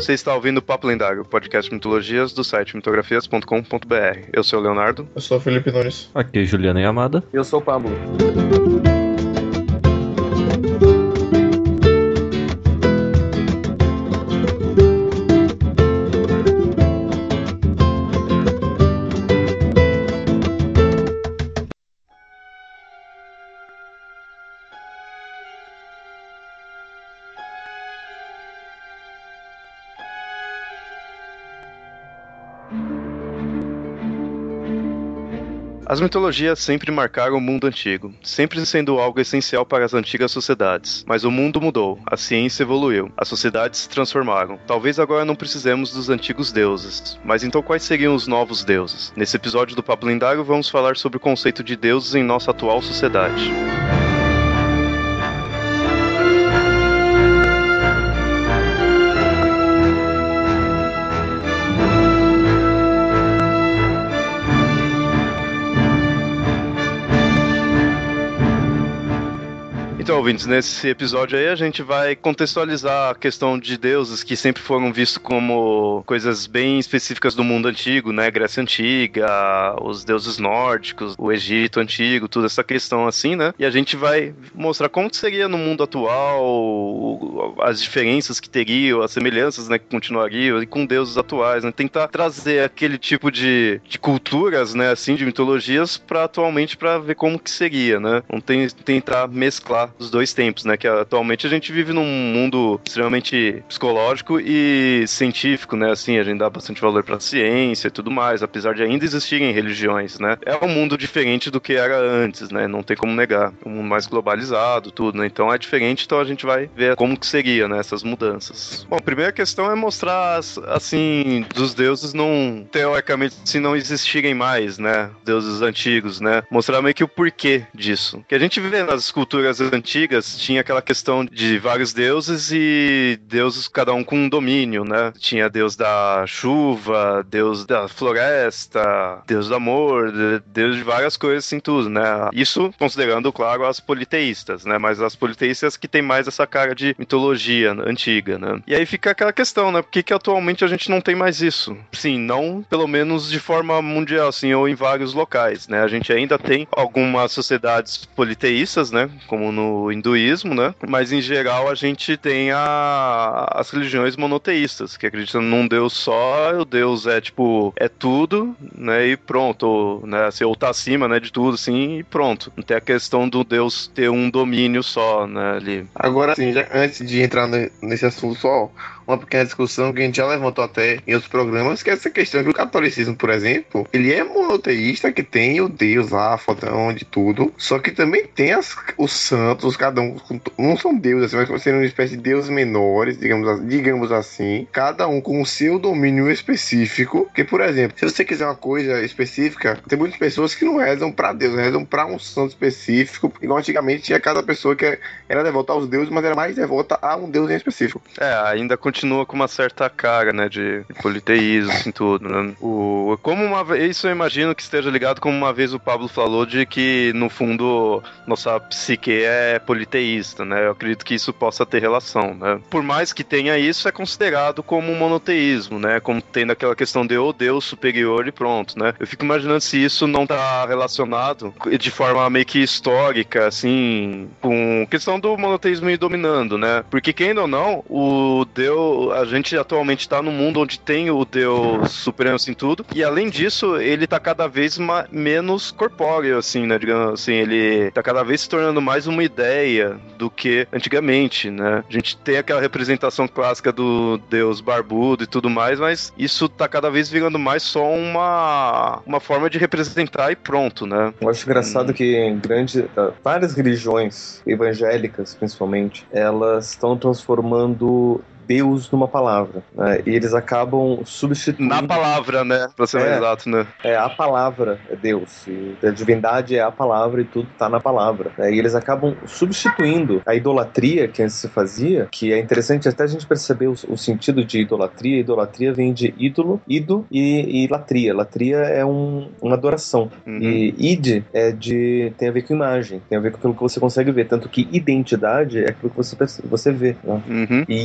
Você está ouvindo o Papo Lendário, podcast de mitologias do site mitografias.com.br. Eu sou o Leonardo. Eu sou o Felipe Nunes. Aqui é Juliana Yamada. Eu sou o Pablo. As mitologias sempre marcaram o mundo antigo, sempre sendo algo essencial para as antigas sociedades. Mas o mundo mudou, a ciência evoluiu, as sociedades se transformaram. Talvez agora não precisemos dos antigos deuses, mas então quais seriam os novos deuses? Nesse episódio do Papo Lendário vamos falar sobre o conceito de deuses em nossa atual sociedade. Então, ouvintes, nesse episódio aí a gente vai contextualizar a questão de deuses que sempre foram vistos como coisas bem específicas do mundo antigo, né? Grécia Antiga, os deuses nórdicos, o Egito Antigo, toda essa questão assim, né? E a gente vai mostrar como que seria no mundo atual, as diferenças que teriam, as semelhanças, né, que continuariam, e com deuses atuais, né? Tentar trazer aquele tipo de culturas, né, assim, de mitologias para atualmente para ver como que seria, né? Vamos tentar mesclar dos dois tempos, né? Que atualmente a gente vive num mundo extremamente psicológico e científico, né? Assim, a gente dá bastante valor pra ciência e tudo mais, apesar de ainda existirem religiões, né? É um mundo diferente do que era antes, né? Não tem como negar. Um mundo mais globalizado, tudo, né? Então é diferente, então a gente vai ver como que seria, né? Essas mudanças. Bom, a primeira questão é mostrar, assim, dos deuses não, teoricamente, se não existirem mais, né? Deuses antigos, né? Mostrar meio que o porquê disso. Que a gente vê nas culturas antigas, tinha aquela questão de vários deuses e deuses cada um com um domínio, né? Tinha deus da chuva, deus da floresta, deus do amor, deus de várias coisas assim, tudo, né? Isso considerando, claro, as politeístas, né? Mas as politeístas que tem mais essa cara de mitologia antiga, né? E aí fica aquela questão, né? Por que atualmente a gente não tem mais isso? Sim, não pelo menos de forma mundial, assim, ou em vários locais, né? A gente ainda tem algumas sociedades politeístas, né? Como no hinduísmo, né? Mas em geral a gente tem as religiões monoteístas, que acreditam num Deus só, o Deus é tipo, é tudo, né? E pronto, ou, né? Assim, ou tá acima, né? De tudo, assim, e pronto. Não tem a questão do Deus ter um domínio só, né? Ali. Agora, sim, antes de entrar nesse assunto só, uma pequena discussão que a gente já levantou até em outros programas, que é essa questão que o catolicismo, por exemplo, ele é monoteísta, que tem o Deus lá, fodão de tudo, só que também tem os santos, cada um, não são deuses, mas seriam uma espécie de deuses menores, digamos assim, cada um com o seu domínio específico, que, por exemplo, se você quiser uma coisa específica, tem muitas pessoas que não rezam pra Deus, rezam pra um santo específico, igual antigamente tinha cada pessoa que era devota aos deuses, mas era mais devota a um deus em específico. Ainda continua com uma certa cara, né, de politeísmo, assim, tudo, né? Isso eu imagino que esteja ligado como uma vez o Pablo falou de que, no fundo, nossa psique é politeísta, né? Eu acredito que isso possa ter relação, né? Por mais que tenha isso, é considerado como um monoteísmo, né? Como tendo aquela questão de o Deus superior e pronto, né? Eu fico imaginando se isso não tá relacionado de forma meio que histórica, assim, com questão do monoteísmo ir dominando, né? Porque, querendo ou não, o Deus, a gente atualmente tá num mundo onde tem o Deus supremo, assim, tudo, e além disso, ele tá cada vez menos corpóreo, assim, né? Digamos assim, ele tá cada vez se tornando mais uma ideia do que antigamente, né? A gente tem aquela representação clássica do Deus barbudo e tudo mais, mas isso tá cada vez virando mais só uma forma de representar e pronto, né? Eu acho engraçado que várias religiões evangélicas, principalmente, elas estão transformando Deus numa palavra, né? E eles acabam substituindo... Na palavra, né? Pra ser mais exato, né? A palavra é Deus. E a divindade é a palavra e tudo tá na palavra, né? E eles acabam substituindo a idolatria que antes se fazia, que é interessante até a gente perceber o sentido de idolatria. Idolatria vem de ídolo, ido e latria. Latria é uma adoração. Uhum. E id tem a ver com imagem, tem a ver com aquilo que você consegue ver. Tanto que identidade é aquilo que você vê, né? Uhum. E ídolo é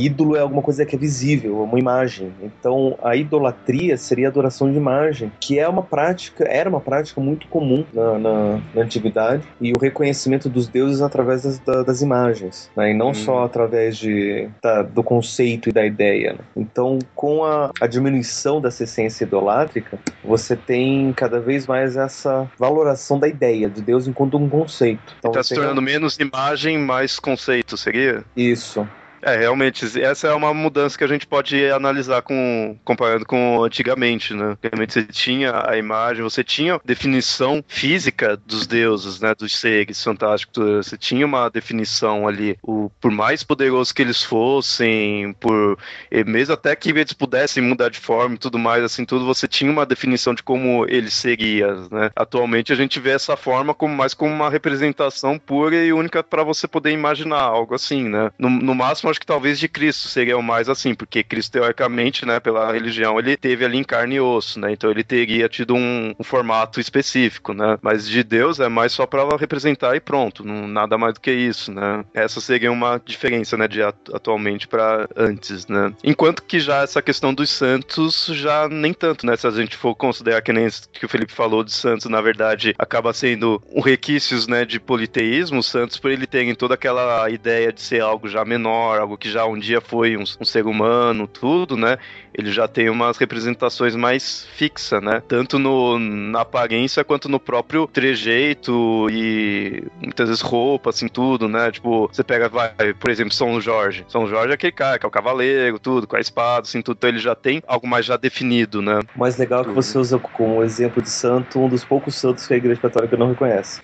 alguma coisa que é visível, uma imagem. Então, a idolatria seria a adoração de imagem, que era uma prática muito comum na antiguidade, e o reconhecimento dos deuses através das imagens, né? E não só através do conceito e da ideia, né? Então, com a diminuição dessa essência idolátrica, você tem cada vez mais essa valoração da ideia de Deus enquanto um conceito. Então, está se tornando menos imagem, mais conceito, seria? Isso. Realmente, essa é uma mudança que a gente pode analisar comparando com antigamente, né? Realmente você tinha a imagem, você tinha definição física dos deuses, né? Dos seres fantásticos, você tinha uma definição ali, por mais poderoso que eles fossem, mesmo até que eles pudessem mudar de forma e tudo mais, assim, tudo, você tinha uma definição de como eles seriam, né? Atualmente a gente vê essa forma mais como uma representação pura e única para você poder imaginar algo assim, né? No máximo, acho que talvez de Cristo seria o mais assim, porque Cristo, teoricamente, né, pela religião, ele teve ali em carne e osso, né, então ele teria tido um formato específico, né, mas de Deus é mais só para representar e pronto, nada mais do que isso, né. Essa seria uma diferença, né, de atualmente para antes, né. Enquanto que já essa questão dos santos, já nem tanto, né, se a gente for considerar que nem que o Felipe falou de santos, na verdade, acaba sendo um requisitos, né, de politeísmo, os santos, por ele terem toda aquela ideia de ser algo já menor, algo que já um dia foi um ser humano, tudo, né? Ele já tem umas representações mais fixas, né? Tanto na aparência quanto no próprio trejeito e muitas vezes roupa, assim, tudo, né? Tipo, você pega, por exemplo, São Jorge. São Jorge é aquele cara que é o cavaleiro, tudo, com a espada, assim, tudo. Então ele já tem algo mais já definido, né? O mais legal é que você usa como exemplo de santo um dos poucos santos que a Igreja Católica não reconhece.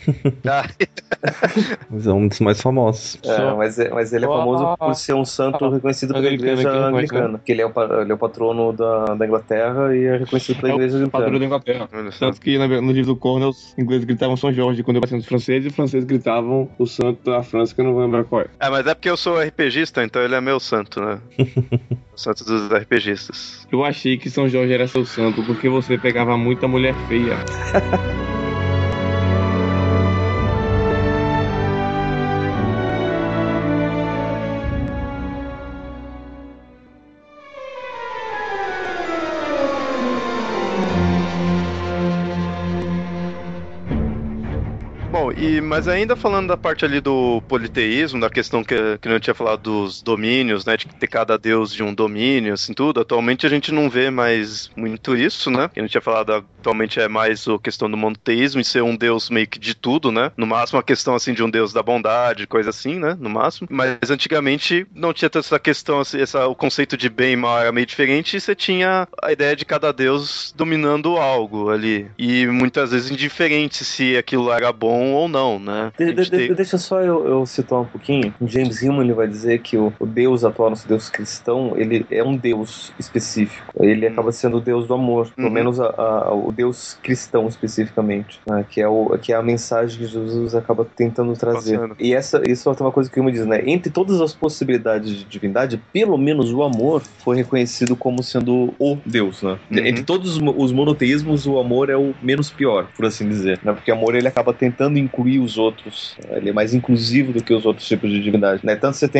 Mas é um dos mais famosos. Mas ele é famoso por ser um santo reconhecido pela Igreja Anglicana. Que ele é o patrono da Inglaterra e é reconhecido pela Igreja Anglicana. Patrono da Inglaterra. Tanto que no livro do Cornell, os ingleses gritavam São Jorge quando eu passei nos franceses, e os franceses gritavam o santo da França, que eu não vou lembrar qual é. Mas é porque eu sou RPGista, então ele é meu santo, né? O santo dos RPGistas. Eu achei que São Jorge era seu santo porque você pegava muita mulher feia. Mas ainda falando da parte ali do politeísmo, da questão que eu tinha falado dos domínios, né, de ter cada deus de um domínio, assim, tudo, atualmente a gente não vê mais muito isso, né, que a gente tinha falado, atualmente é mais a questão do monoteísmo e ser um deus meio que de tudo, né, no máximo a questão, assim, de um deus da bondade, coisa assim, né, no máximo, mas antigamente não tinha toda essa questão, assim, o conceito de bem e mal era meio diferente e você tinha a ideia de cada deus dominando algo ali, e muitas vezes indiferente se aquilo era bom ou não, né? Deixa só eu citar um pouquinho. James Hillman, ele vai dizer que o Deus atual, nosso Deus cristão, ele é um Deus específico. Ele acaba sendo o Deus do amor, pelo menos o Deus cristão especificamente, né? que é a mensagem que Jesus acaba tentando trazer. Passando. E isso é uma coisa que o Hillman diz, né? Entre todas as possibilidades de divindade, pelo menos o amor foi reconhecido como sendo o Deus, né? Entre todos os monoteísmos, o amor é o menos pior, por assim dizer, né? Porque o amor, ele acaba tentando incluir os outros, ele é mais inclusivo do que os outros tipos de divindade, né? Tanto você tem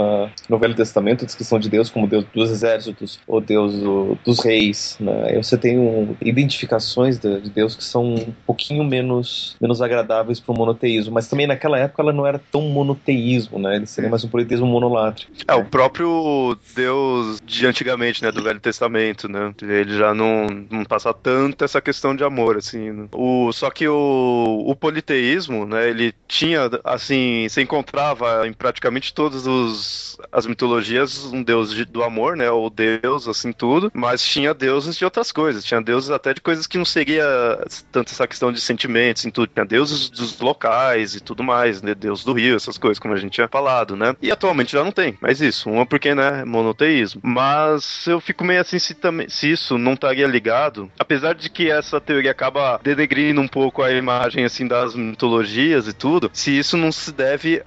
no Velho Testamento a descrição de Deus como Deus dos exércitos, ou Deus dos reis, né? Aí você tem identificações de Deus que são um pouquinho menos agradáveis para o monoteísmo, mas também naquela época ela não era tão monoteísmo, né? Ele seria mais um politeísmo monolátrico. O próprio Deus de antigamente, né, do Velho Testamento, né? Ele já não passa tanto essa questão de amor, assim, né? Só que o politeísmo, né, ele tinha, assim, você encontrava em praticamente todas as mitologias um deus do amor, né, ou deus, assim, tudo, mas tinha deuses de outras coisas, tinha deuses até de coisas que não seria tanto essa questão de sentimentos e tudo, tinha deuses dos locais e tudo mais, né, deus do rio, essas coisas, como a gente tinha falado, né, e atualmente já não tem, mas isso, porque, né, monoteísmo, mas eu fico meio assim se isso não estaria ligado, apesar de que essa teoria acaba denegrindo um pouco a imagem, assim, das mitologias e tudo, se isso não se deve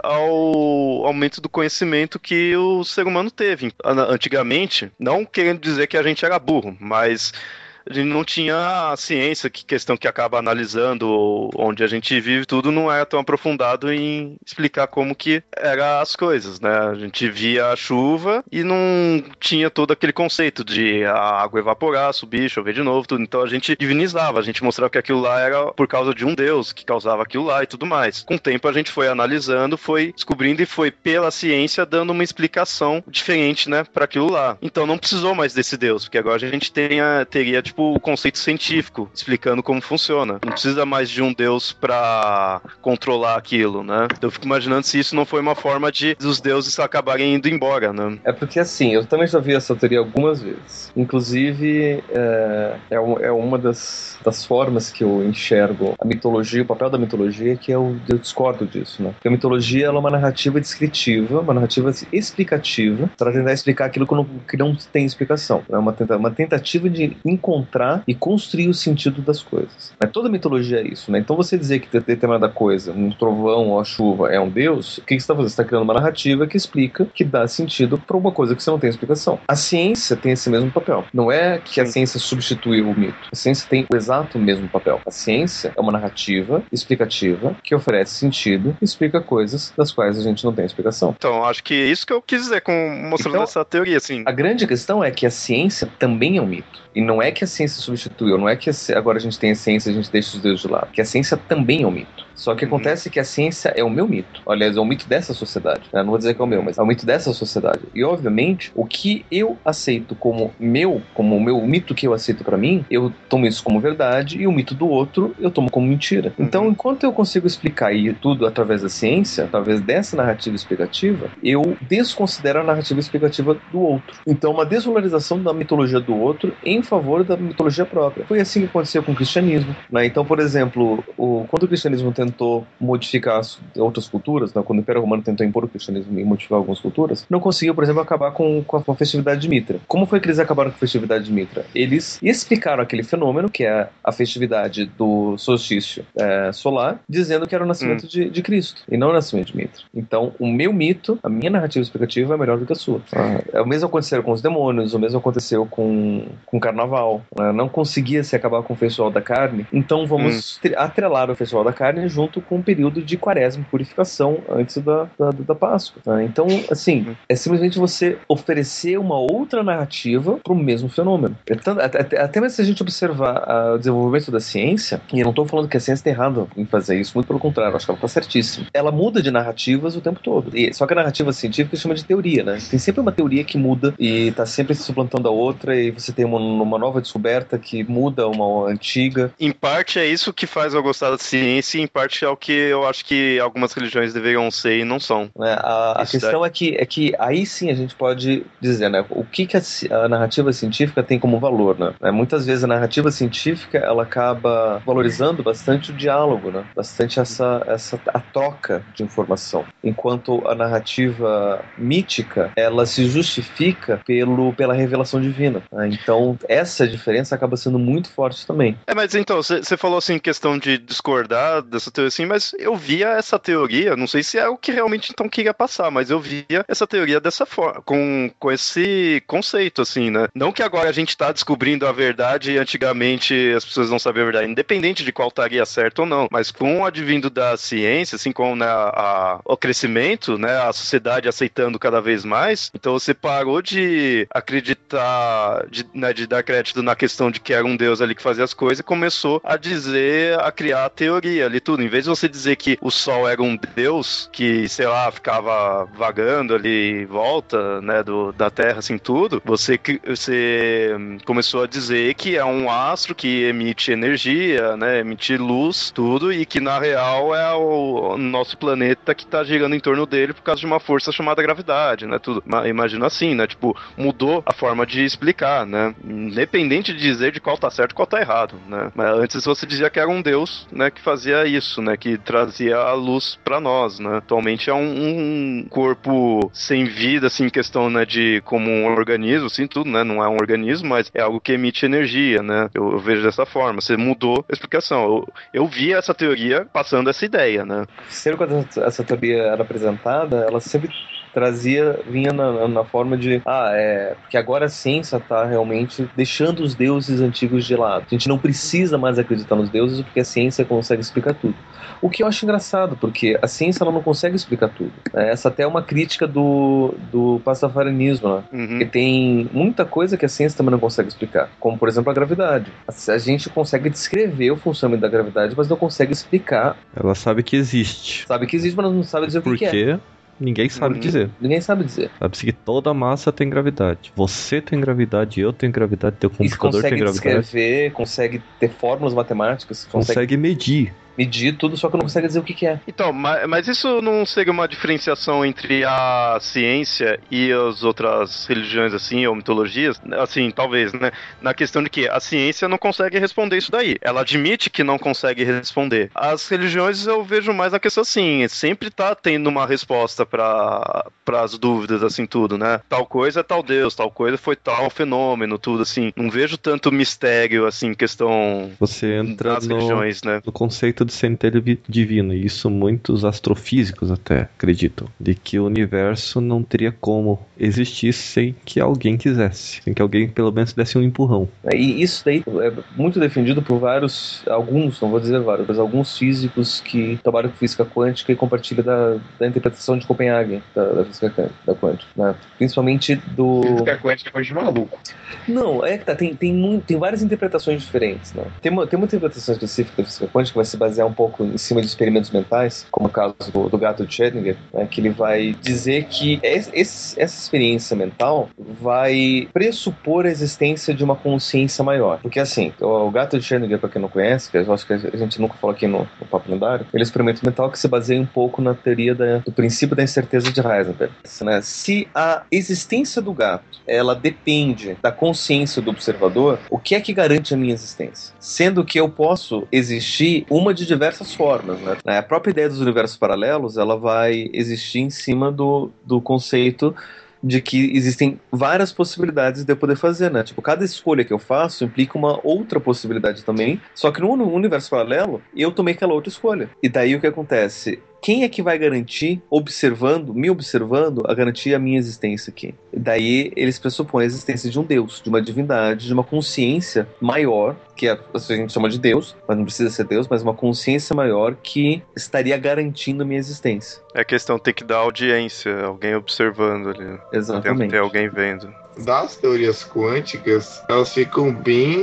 ao aumento do conhecimento que o ser humano teve. Antigamente, não querendo dizer que a gente era burro, mas a gente não tinha a ciência, que questão que acaba analisando onde a gente vive, tudo não é tão aprofundado em explicar como que eram as coisas, né? A gente via a chuva e não tinha todo aquele conceito de a água evaporar, subir, chover de novo, tudo. Então a gente divinizava, a gente mostrava que aquilo lá era por causa de um deus que causava aquilo lá e tudo mais. Com o tempo a gente foi analisando, foi descobrindo e foi pela ciência dando uma explicação diferente, né, para aquilo lá. Então não precisou mais desse deus, porque agora a gente teria tipo o conceito científico explicando como funciona. Não precisa mais de um deus para controlar aquilo, né? Então eu fico imaginando se isso não foi uma forma de os deuses acabarem indo embora, né? É porque assim, eu também já vi essa teoria algumas vezes. Inclusive, é uma das formas que eu enxergo a mitologia, o papel da mitologia, que eu discordo disso, né? Porque a mitologia ela é uma narrativa descritiva, uma narrativa explicativa, para tentar explicar aquilo que não tem explicação. É uma tentativa de encontrar e construir o sentido das coisas. Mas toda mitologia é isso, né? Então você dizer que determinada coisa, um trovão ou a chuva, é um deus, o que você está fazendo? Você está criando uma narrativa que explica, que dá sentido para uma coisa que você não tem explicação. A ciência tem esse mesmo papel. Não é que a ciência substitui o mito. A ciência tem o exato mesmo papel. A ciência é uma narrativa explicativa que oferece sentido e explica coisas das quais a gente não tem explicação. Então, acho que é isso que eu quis dizer mostrando essa teoria, assim. A grande questão é que a ciência também é um mito. E não é que a ciência substituiu, não é que agora a gente tem a ciência e a gente deixa os deuses de lado. Que a ciência também é um mito. Só que acontece que a ciência é o meu mito. Aliás, é o mito dessa sociedade. Eu não vou dizer que é o meu, mas é o mito dessa sociedade. E, obviamente, o que eu aceito como o mito que eu aceito pra mim, eu tomo isso como verdade, e o mito do outro eu tomo como mentira. Então, enquanto eu consigo explicar tudo através da ciência, através dessa narrativa explicativa, eu desconsidero a narrativa explicativa do outro. Então, uma desvalorização da mitologia do outro em favor da mitologia própria. Foi assim que aconteceu com o cristianismo, né? Então, por exemplo, quando o cristianismo tentou modificar outras culturas, né? Quando o Império Romano tentou impor o cristianismo e modificar algumas culturas, não conseguiu, por exemplo, acabar com a festividade de Mitra. Como foi que eles acabaram com a festividade de Mitra? Eles explicaram aquele fenômeno, que é a festividade do solstício solar, dizendo que era o nascimento de Cristo, e não o nascimento de Mitra. Então, o meu mito, a minha narrativa explicativa é melhor do que a sua. O mesmo aconteceu com os demônios, o mesmo aconteceu com o carnaval. Não conseguia se acabar com o festival da carne, então vamos atrelar o festival da carne junto com um período de quaresma, purificação antes da Páscoa. Então, assim, é simplesmente você oferecer uma outra narrativa para o mesmo fenômeno. Até mesmo se a gente observar o desenvolvimento da ciência, e eu não estou falando que a ciência está errada em fazer isso, muito pelo contrário, acho que ela está certíssima. Ela muda de narrativas o tempo todo. Só que a narrativa científica se chama de teoria, né? Tem sempre uma teoria que muda e está sempre se suplantando a outra, e você tem uma nova descoberta que muda uma antiga. Em parte é isso que faz eu gostar da ciência, e em parte é o que eu acho que algumas religiões deveriam ser e não são. A questão é que aí sim a gente pode dizer, né, o que a narrativa científica tem como valor, né? Muitas vezes a narrativa científica ela acaba valorizando bastante o diálogo, né? Bastante a troca de informação, enquanto a narrativa mítica ela se justifica pela revelação divina, né? Então essa diferença acaba sendo muito forte também. Mas então, você falou assim, questão de discordar dessa teoria assim, mas eu via essa teoria, não sei se é o que realmente então queria passar, mas eu via essa teoria dessa forma, com esse conceito, assim, né? Não que agora a gente tá descobrindo a verdade e antigamente as pessoas não sabiam a verdade, independente de qual estaria certo ou não, mas com o advindo da ciência, assim, com, né, o crescimento, né, a sociedade aceitando cada vez mais, então você parou de acreditar, de dar crédito na questão de que era um deus ali que fazia as coisas e começou a criar a teoria ali tudo. Em vez de você dizer que o sol era um deus que, sei lá, ficava vagando ali em volta, né, da Terra, assim, tudo, você começou a dizer que é um astro que emite energia, né, emite luz, tudo, e que na real é o nosso planeta que tá girando em torno dele por causa de uma força chamada gravidade, né, tudo. Imagina assim, né, tipo, mudou a forma de explicar, né, independente de dizer de qual tá certo e qual tá errado, né, mas antes você dizia que era um deus, né, que fazia isso. isso, né, que trazia a luz para nós, né. Atualmente é um corpo sem vida, assim, em questão, né, de como um organismo, assim, tudo, né, não é um organismo, mas é algo que emite energia, né. Eu vejo dessa forma. Você mudou a explicação. Eu vi essa teoria passando essa ideia, né. Sempre quando essa teoria era apresentada, ela sempre vinha na forma de porque agora a ciência está realmente deixando os deuses antigos de lado. A gente não precisa mais acreditar nos deuses porque a ciência consegue explicar tudo. O que eu acho engraçado, porque a ciência ela não consegue explicar tudo. Essa até é uma crítica do pastafarianismo, né? Porque tem muita coisa que a ciência também não consegue explicar, como por exemplo a gravidade. A gente consegue descrever o funcionamento da gravidade, mas não consegue explicar. Ela sabe que existe. Sabe que existe, mas não sabe dizer o que é. Por quê? Ninguém sabe dizer. Ninguém sabe dizer. Sabe-se que toda massa tem gravidade. Você tem gravidade, eu tenho gravidade, teu computador tem gravidade. Consegue descrever, consegue ter fórmulas matemáticas. Consegue medir tudo, só que não consegue dizer o que é. Então, mas isso não seria uma diferenciação entre a ciência e as outras religiões, assim, ou mitologias? Assim, talvez, né? Na questão de que a ciência não consegue responder isso daí. Ela admite que não consegue responder. As religiões eu vejo mais a questão assim, sempre tá tendo uma resposta para as dúvidas, assim, tudo, né? Tal coisa é tal Deus, tal coisa foi tal fenômeno, tudo, assim. Não vejo tanto mistério, assim, questão Você entra das religiões, né? No conceito de centelha divina, e isso muitos astrofísicos até acreditam, de que o universo não teria como existir sem que alguém quisesse, sem que alguém pelo menos desse um empurrão. E isso daí é muito defendido por alguns, não vou dizer vários, mas alguns físicos que trabalham com física quântica e compartilham da interpretação de Copenhagen, da física da quântica, né? Principalmente do... Física quântica é coisa de maluco. Não, tem várias interpretações diferentes, né? Tem uma interpretação específica da física quântica que vai se basear um pouco em cima de experimentos mentais, como o caso do gato de Schrödinger, né, que ele vai dizer que essa experiência mental vai pressupor a existência de uma consciência maior. Porque assim, o gato de Schrödinger, para quem não conhece, que eu acho que a gente nunca falou aqui no Papo Lendário, ele é um experimento mental que se baseia um pouco na teoria do princípio da incerteza de Heisenberg. Né? Se a existência do gato, ela depende da consciência do observador, o que é que garante a minha existência? Sendo que eu posso existir uma de diversas formas, né? A própria ideia dos universos paralelos, ela vai existir em cima do conceito de que existem várias possibilidades de eu poder fazer, né? Tipo, cada escolha que eu faço implica uma outra possibilidade também, só que no universo paralelo, eu tomei aquela outra escolha. E daí o que acontece? Quem é que vai garantir, me observando, a garantir a minha existência aqui? E daí eles pressupõem a existência de um Deus, de uma divindade, de uma consciência maior, que a gente chama de Deus, mas não precisa ser Deus, mas uma consciência maior que estaria garantindo a minha existência. É questão, tem que dar audiência, alguém observando ali. Exatamente. Tem que ter alguém vendo. Das teorias quânticas, elas ficam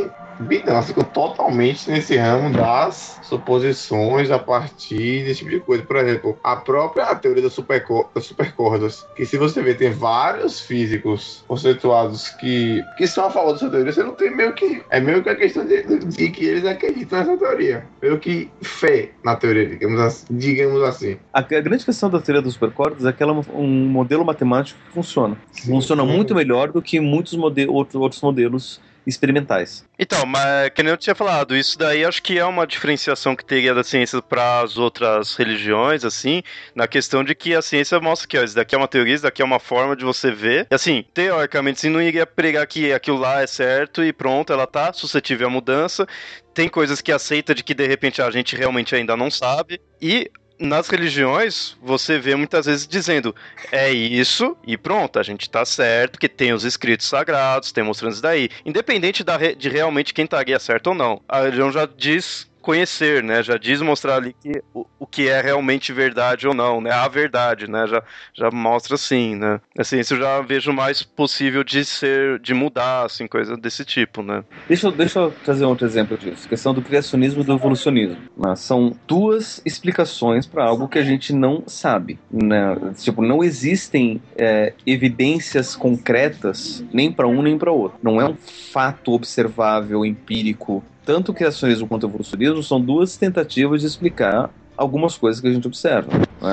elas ficam totalmente nesse ramo das suposições a partir desse tipo de coisa. Por exemplo, a própria teoria das supercordas, que se você ver, tem vários físicos conceituados que são a favor dessa teoria, você não tem meio que a questão de que eles acreditam nessa teoria. Meio que fé na teoria, digamos assim. A grande questão da teoria das supercordas é que ela é um modelo matemático que funciona. Sim, funciona muito melhor do que muitos outros modelos experimentais. Então, mas que nem eu tinha falado, isso daí acho que é uma diferenciação que teria da ciência para as outras religiões, assim, na questão de que a ciência mostra que, ó, isso daqui é uma teoria, isso daqui é uma forma de você ver. E assim, teoricamente, assim, não iria pregar que aquilo lá é certo e pronto, ela tá suscetível à mudança. Tem coisas que aceita de que de repente a gente realmente ainda não sabe. E nas religiões, você vê muitas vezes dizendo, é isso e pronto, a gente tá certo, porque tem os escritos sagrados, tem mostrando isso daí. Independente de realmente quem estaria certo ou não. A religião já diz conhecer, né? Já diz mostrar ali que o que é realmente verdade ou não, né? A verdade, né? Já mostra assim, né? Assim, isso eu já vejo mais possível de mudar, assim, coisa desse tipo, né? Deixa eu trazer outro exemplo disso. A questão do criacionismo e do evolucionismo. Né? São duas explicações para algo que a gente não sabe, né? Tipo, não existem evidências concretas nem para um nem para outro. Não é um fato observável, empírico. Tanto o criacionismo quanto o evolucionismo são duas tentativas de explicar algumas coisas que a gente observa. Né?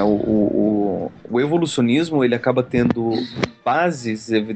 O evolucionismo ele acaba tendo bases de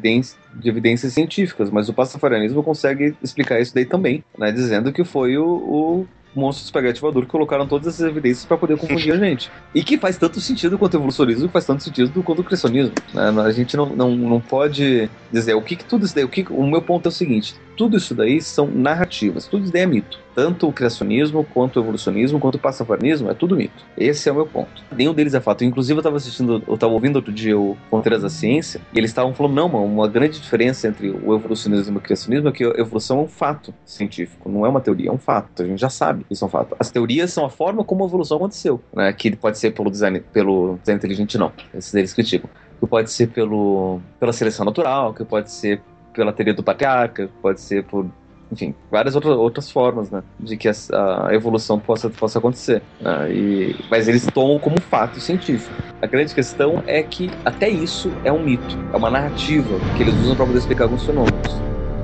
evidências científicas, mas o pastafarianismo consegue explicar isso daí também, né? Dizendo que foi o monstro espaguete voador que colocaram todas essas evidências para poder confundir a gente. E que faz tanto sentido quanto o evolucionismo, que faz tanto sentido quanto o criacionismo. Né? A gente não pode dizer o que tudo isso daí. O meu ponto é o seguinte: tudo isso daí são narrativas, tudo isso daí é mito. Tanto o criacionismo, quanto o evolucionismo, quanto o pastafarianismo, é tudo mito. Esse é o meu ponto. Nenhum deles é fato. Inclusive, eu estava ouvindo outro dia o Fronteiras da Ciência, e eles estavam falando, não, mano, uma grande diferença entre o evolucionismo e o criacionismo é que a evolução é um fato científico, não é uma teoria, é um fato. A gente já sabe que isso é um fato. As teorias são a forma como a evolução aconteceu, né? Que pode ser pelo design inteligente, não. Esses deles criticam. Que pode ser pela seleção natural, que pode ser pela teoria do patriarca, que pode ser por... Enfim, várias outras formas, né, de que a evolução possa acontecer. Mas eles tomam como fato científico. A grande questão é que até isso é um mito, é uma narrativa que eles usam para poder explicar alguns fenômenos.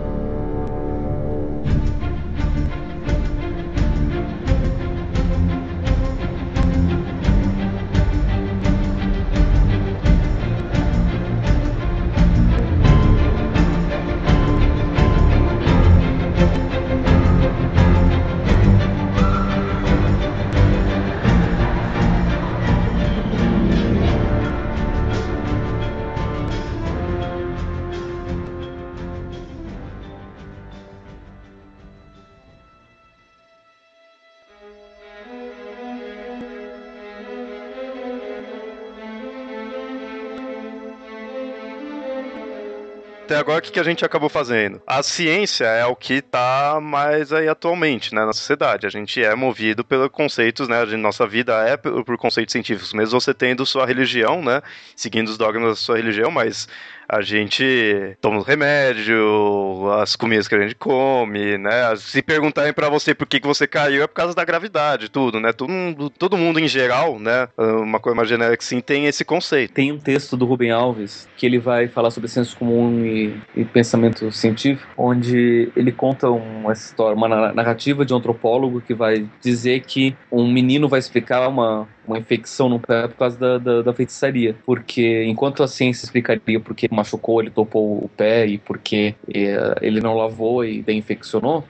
Até agora, o que a gente acabou fazendo? A ciência é o que tá mais aí atualmente, né, na sociedade. A gente é movido pelos conceitos, né, nossa vida é por conceitos científicos, mesmo você tendo sua religião, né, seguindo os dogmas da sua religião, mas a gente toma os remédios, as comidas que a gente come, né? Se perguntarem pra você por que você caiu, é por causa da gravidade, tudo, né? Todo mundo em geral, né? Uma coisa mais genérica assim, tem esse conceito. Tem um texto do Rubem Alves que ele vai falar sobre senso comum e pensamento científico, onde ele conta uma história, uma narrativa de um antropólogo que vai dizer que um menino vai explicar uma infecção no pé por causa da feitiçaria. Porque enquanto a ciência explicaria por que machucou, ele topou o pé e porque ele não lavou e daí infeccionou,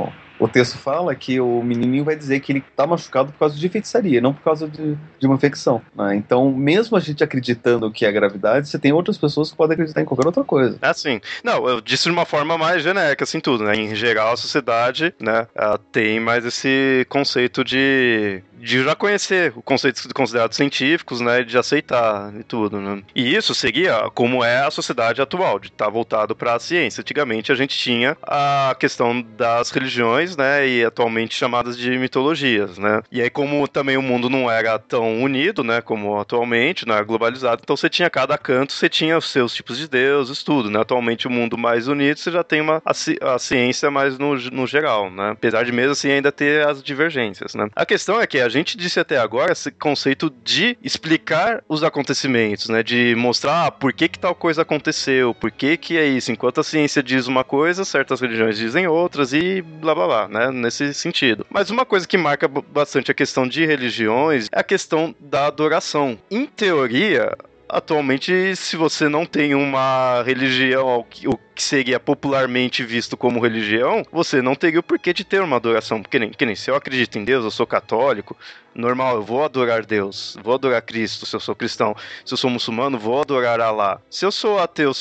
o texto fala que o menininho vai dizer que ele tá machucado por causa de feitiçaria, não por causa de uma infecção. Né? Então, mesmo a gente acreditando que é gravidade, você tem outras pessoas que podem acreditar em qualquer outra coisa. Assim, não, eu disse de uma forma mais genérica, assim, tudo, né? Em geral, a sociedade, né, tem mais esse conceito de já conhecer os conceitos considerados científicos, né, de aceitar e tudo, né? E isso seria como é a sociedade atual, de estar voltado para a ciência. Antigamente a gente tinha a questão das religiões, né, e atualmente chamadas de mitologias, né? E aí como também o mundo não era tão unido, né, como atualmente, não era globalizado, então você tinha cada canto, você tinha os seus tipos de deuses, tudo, né? Atualmente o mundo mais unido, você já tem a ciência mais no geral, né? Apesar de mesmo assim ainda ter as divergências, né? A questão é que a gente disse até agora esse conceito de explicar os acontecimentos, né? De mostrar por que tal coisa aconteceu, por que é isso. Enquanto a ciência diz uma coisa, certas religiões dizem outras e blá blá blá, né? Nesse sentido. Mas uma coisa que marca bastante a questão de religiões é a questão da adoração. Em teoria, atualmente, se você não tem uma religião, o que seria popularmente visto como religião, você não teria o porquê de ter uma adoração. Que nem se eu acredito em Deus, eu sou católico, normal, eu vou adorar Deus, vou adorar Cristo, se eu sou cristão. Se eu sou muçulmano, vou adorar Alá. Se eu sou ateu,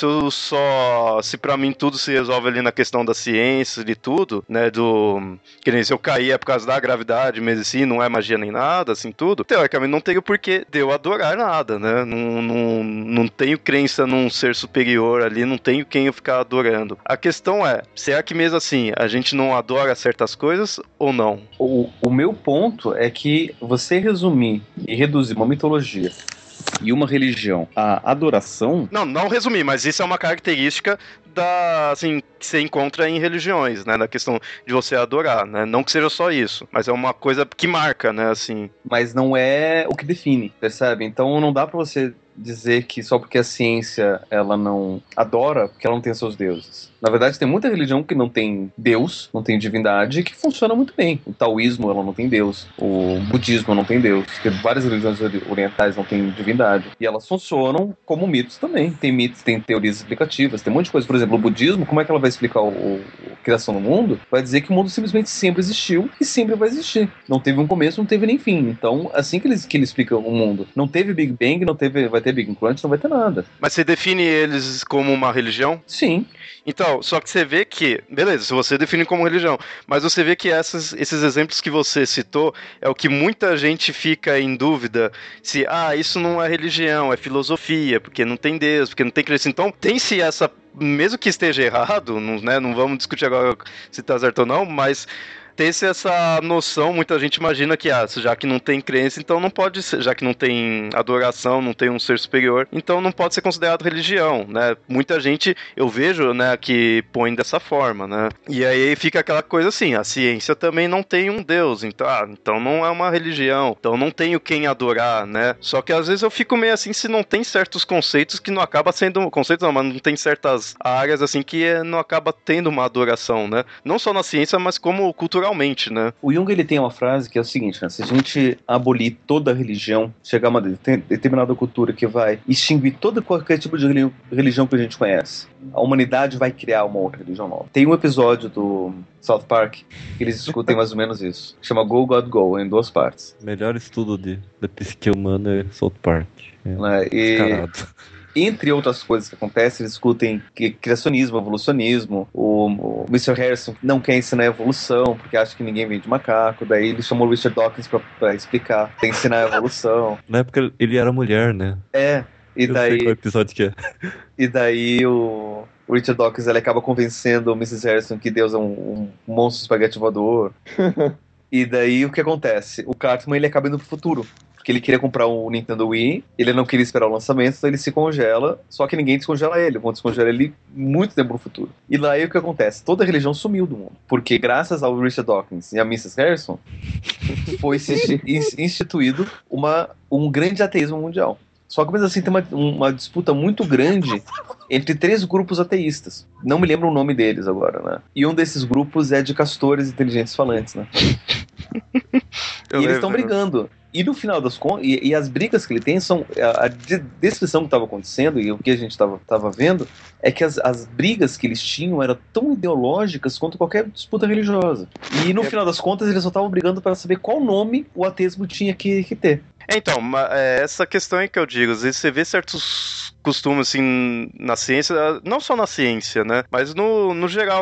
se pra mim tudo se resolve ali na questão da ciência e tudo, né, que nem se eu cair é por causa da gravidade, mas assim, não é magia nem nada, assim, tudo, teoricamente não teria o porquê de eu adorar nada, né, não tenho crença num ser superior ali, não tenho quem eu ficar adorando. A questão é, será que mesmo assim a gente não adora certas coisas ou não? O meu ponto é que você resumir e reduzir uma mitologia e uma religião à adoração... Não resumir, mas isso é uma característica assim, que você encontra em religiões, né, na questão de você adorar, né, não que seja só isso, mas é uma coisa que marca, né, assim. Mas não é o que define, percebe? Então não dá pra você dizer que só porque a ciência ela não adora, porque ela não tem seus deuses. Na verdade, tem muita religião que não tem Deus, não tem divindade, que funciona muito bem. O taoísmo, ela não tem Deus. O budismo não tem Deus. Porque várias religiões orientais não têm divindade. E elas funcionam como mitos também. Tem mitos, tem teorias explicativas, tem um monte de coisa. Por exemplo, o budismo, como é que ela vai explicar a criação do mundo? Vai dizer que o mundo simplesmente sempre existiu e sempre vai existir. Não teve um começo, não teve nem fim. Então, assim que ele explica o mundo. Não teve Big Bang, vai ter Big Crunch, não vai ter nada. Mas você define eles como uma religião? Sim. Então, só que você vê que, beleza, se você define como religião, mas você vê que esses exemplos que você citou é o que muita gente fica em dúvida se, isso não é religião, é filosofia, porque não tem Deus, porque não tem crença. Então, tem-se essa, mesmo que esteja errado, não vamos discutir agora se tá certo ou não, mas ter-se essa noção, muita gente imagina que, já que não tem crença, então não pode ser, já que não tem adoração, não tem um ser superior, então não pode ser considerado religião, né? Muita gente, eu vejo, né, que põe dessa forma, né? E aí fica aquela coisa assim, a ciência também não tem um Deus, então não é uma religião, então não tenho quem adorar, né? Só que às vezes eu fico meio assim, se não tem certos conceitos que não acaba sendo, conceitos não, mas não tem certas áreas assim que não acaba tendo uma adoração, né? Não só na ciência, mas como culturalmente, né? O Jung, ele tem uma frase que é o seguinte, né? Se a gente abolir toda a religião, chegar a uma determinada cultura que vai extinguir qualquer tipo de religião que a gente conhece, a humanidade vai criar uma outra religião nova. Tem um episódio do South Park que eles discutem mais ou menos isso. Chama Go, God, Go, em 2 partes. Melhor estudo da psique humana é South Park. Descarado. Entre outras coisas que acontecem, eles discutem criacionismo, evolucionismo. O Mr. Harrison não quer ensinar evolução, porque acha que ninguém vem de macaco. Daí ele chamou o Richard Dawkins pra explicar, pra ensinar a evolução. Na época ele era mulher, né? E Eu daí... sei qual episódio que é. E daí o Richard Dawkins ele acaba convencendo o Mrs. Harrison que Deus é um monstro espaguete voador. E daí o que acontece? O Cartman ele acaba indo pro futuro. Porque ele queria comprar um Nintendo Wii, ele não queria esperar o lançamento, então ele se congela, só que ninguém descongela ele, vão descongelar ele muito tempo no futuro. E lá aí o que acontece? Toda a religião sumiu do mundo, porque graças ao Richard Dawkins e a Mrs. Harrison, foi instituído um grande ateísmo mundial. Só que, mesmo assim, tem uma disputa muito grande entre 3 grupos ateístas. Não me lembro o nome deles agora, né? E um desses grupos é de castores inteligentes falantes, né? E eles estão brigando. E no final das contas, e as brigas que ele tem são. A descrição que estava acontecendo e o que a gente estava vendo é que as brigas que eles tinham eram tão ideológicas quanto qualquer disputa religiosa. E no final das contas, eles só estavam brigando para saber qual nome o ateísmo tinha que ter. Então, essa questão aí que eu digo, às vezes você vê certos costumes, assim, na ciência, não só na ciência, né, mas no geral,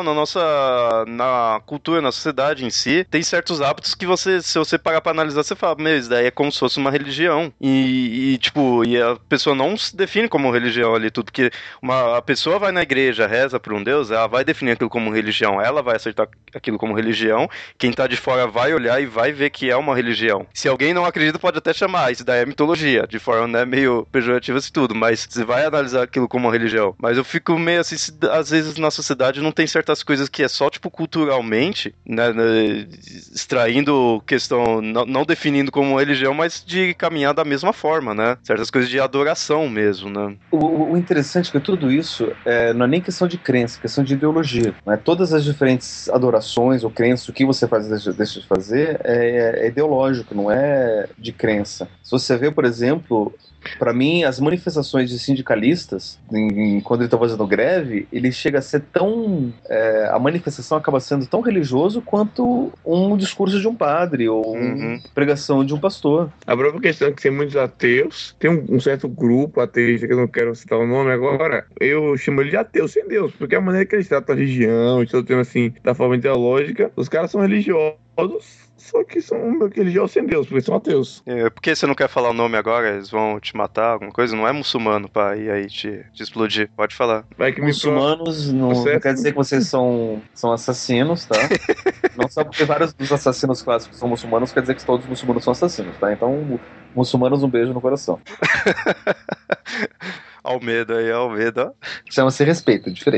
na cultura, na sociedade em si, tem certos hábitos que se você parar pra analisar, você fala, isso daí é como se fosse uma religião, e a pessoa não se define como religião ali, tudo, porque a pessoa vai na igreja, reza por um Deus, ela vai definir aquilo como religião, ela vai aceitar aquilo como religião, quem tá de fora vai olhar e vai ver que é uma religião. Se alguém não acredita, pode até chamar, isso daí é mitologia, de forma, né, meio pejorativa assim tudo, mas você vai analisar aquilo como uma religião. Mas eu fico meio assim, às vezes na sociedade não tem certas coisas que é só, tipo, culturalmente, né, extraindo questão, não definindo como religião, mas de caminhar da mesma forma, né? Certas coisas de adoração mesmo, né? O interessante é que tudo isso não é nem questão de crença, é questão de ideologia, né? Todas as diferentes adorações ou crenças, o que você faz e deixa de fazer é ideológico, não é de crença. Se você vê, por exemplo, para mim, as manifestações de sindicalistas, quando eles estão fazendo greve, ele chega a ser tão... a manifestação acaba sendo tão religioso quanto um discurso de um padre ou uma pregação de um pastor. A própria questão é que tem muitos ateus, tem um certo grupo ateísta, que eu não quero citar o nome agora, eu chamo ele de ateu sem Deus, porque a maneira que eles tratam a religião, estão tendo assim, da forma ideológica, os caras são religiosos, só que são meio que religiosos sem Deus, porque são ateus. Por que você não quer falar o nome agora? Eles vão te matar, alguma coisa? Não é muçulmano pra ir aí te explodir. Pode falar. Muçulmanos não quer dizer que vocês são assassinos, tá? Não só porque vários dos assassinos clássicos são muçulmanos, quer dizer que todos os muçulmanos são assassinos, tá? Então, muçulmanos, um beijo no coração. Almeida aí, Almeida. Chama-se respeito, é diferente.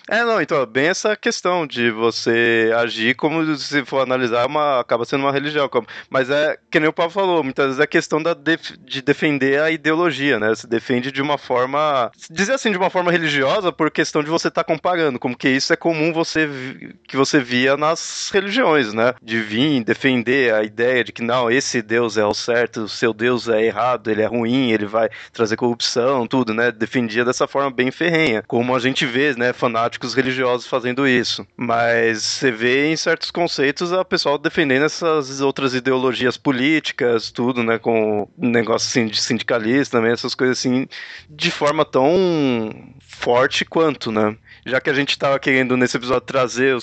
Não, então, bem essa questão de você agir como, se for analisar, acaba sendo uma religião. Mas que nem o Paulo falou, muitas vezes é questão de defender a ideologia, né? Você defende de uma forma, dizer assim, de uma forma religiosa, por questão de você estar comparando, como que isso é comum que você via nas religiões, né? De vir defender a ideia de que, não, esse Deus é o certo, o seu Deus é errado, ele é ruim, ele vai trazer corrupção, tudo, né? Defendia dessa forma bem ferrenha, como a gente vê, né, fanáticos religiosos fazendo isso. Mas você vê em certos conceitos a pessoa defendendo essas outras ideologias políticas, tudo, né, com negócio assim de sindicalista também, essas coisas assim, de forma tão forte quanto, né? Já que a gente estava querendo nesse episódio trazer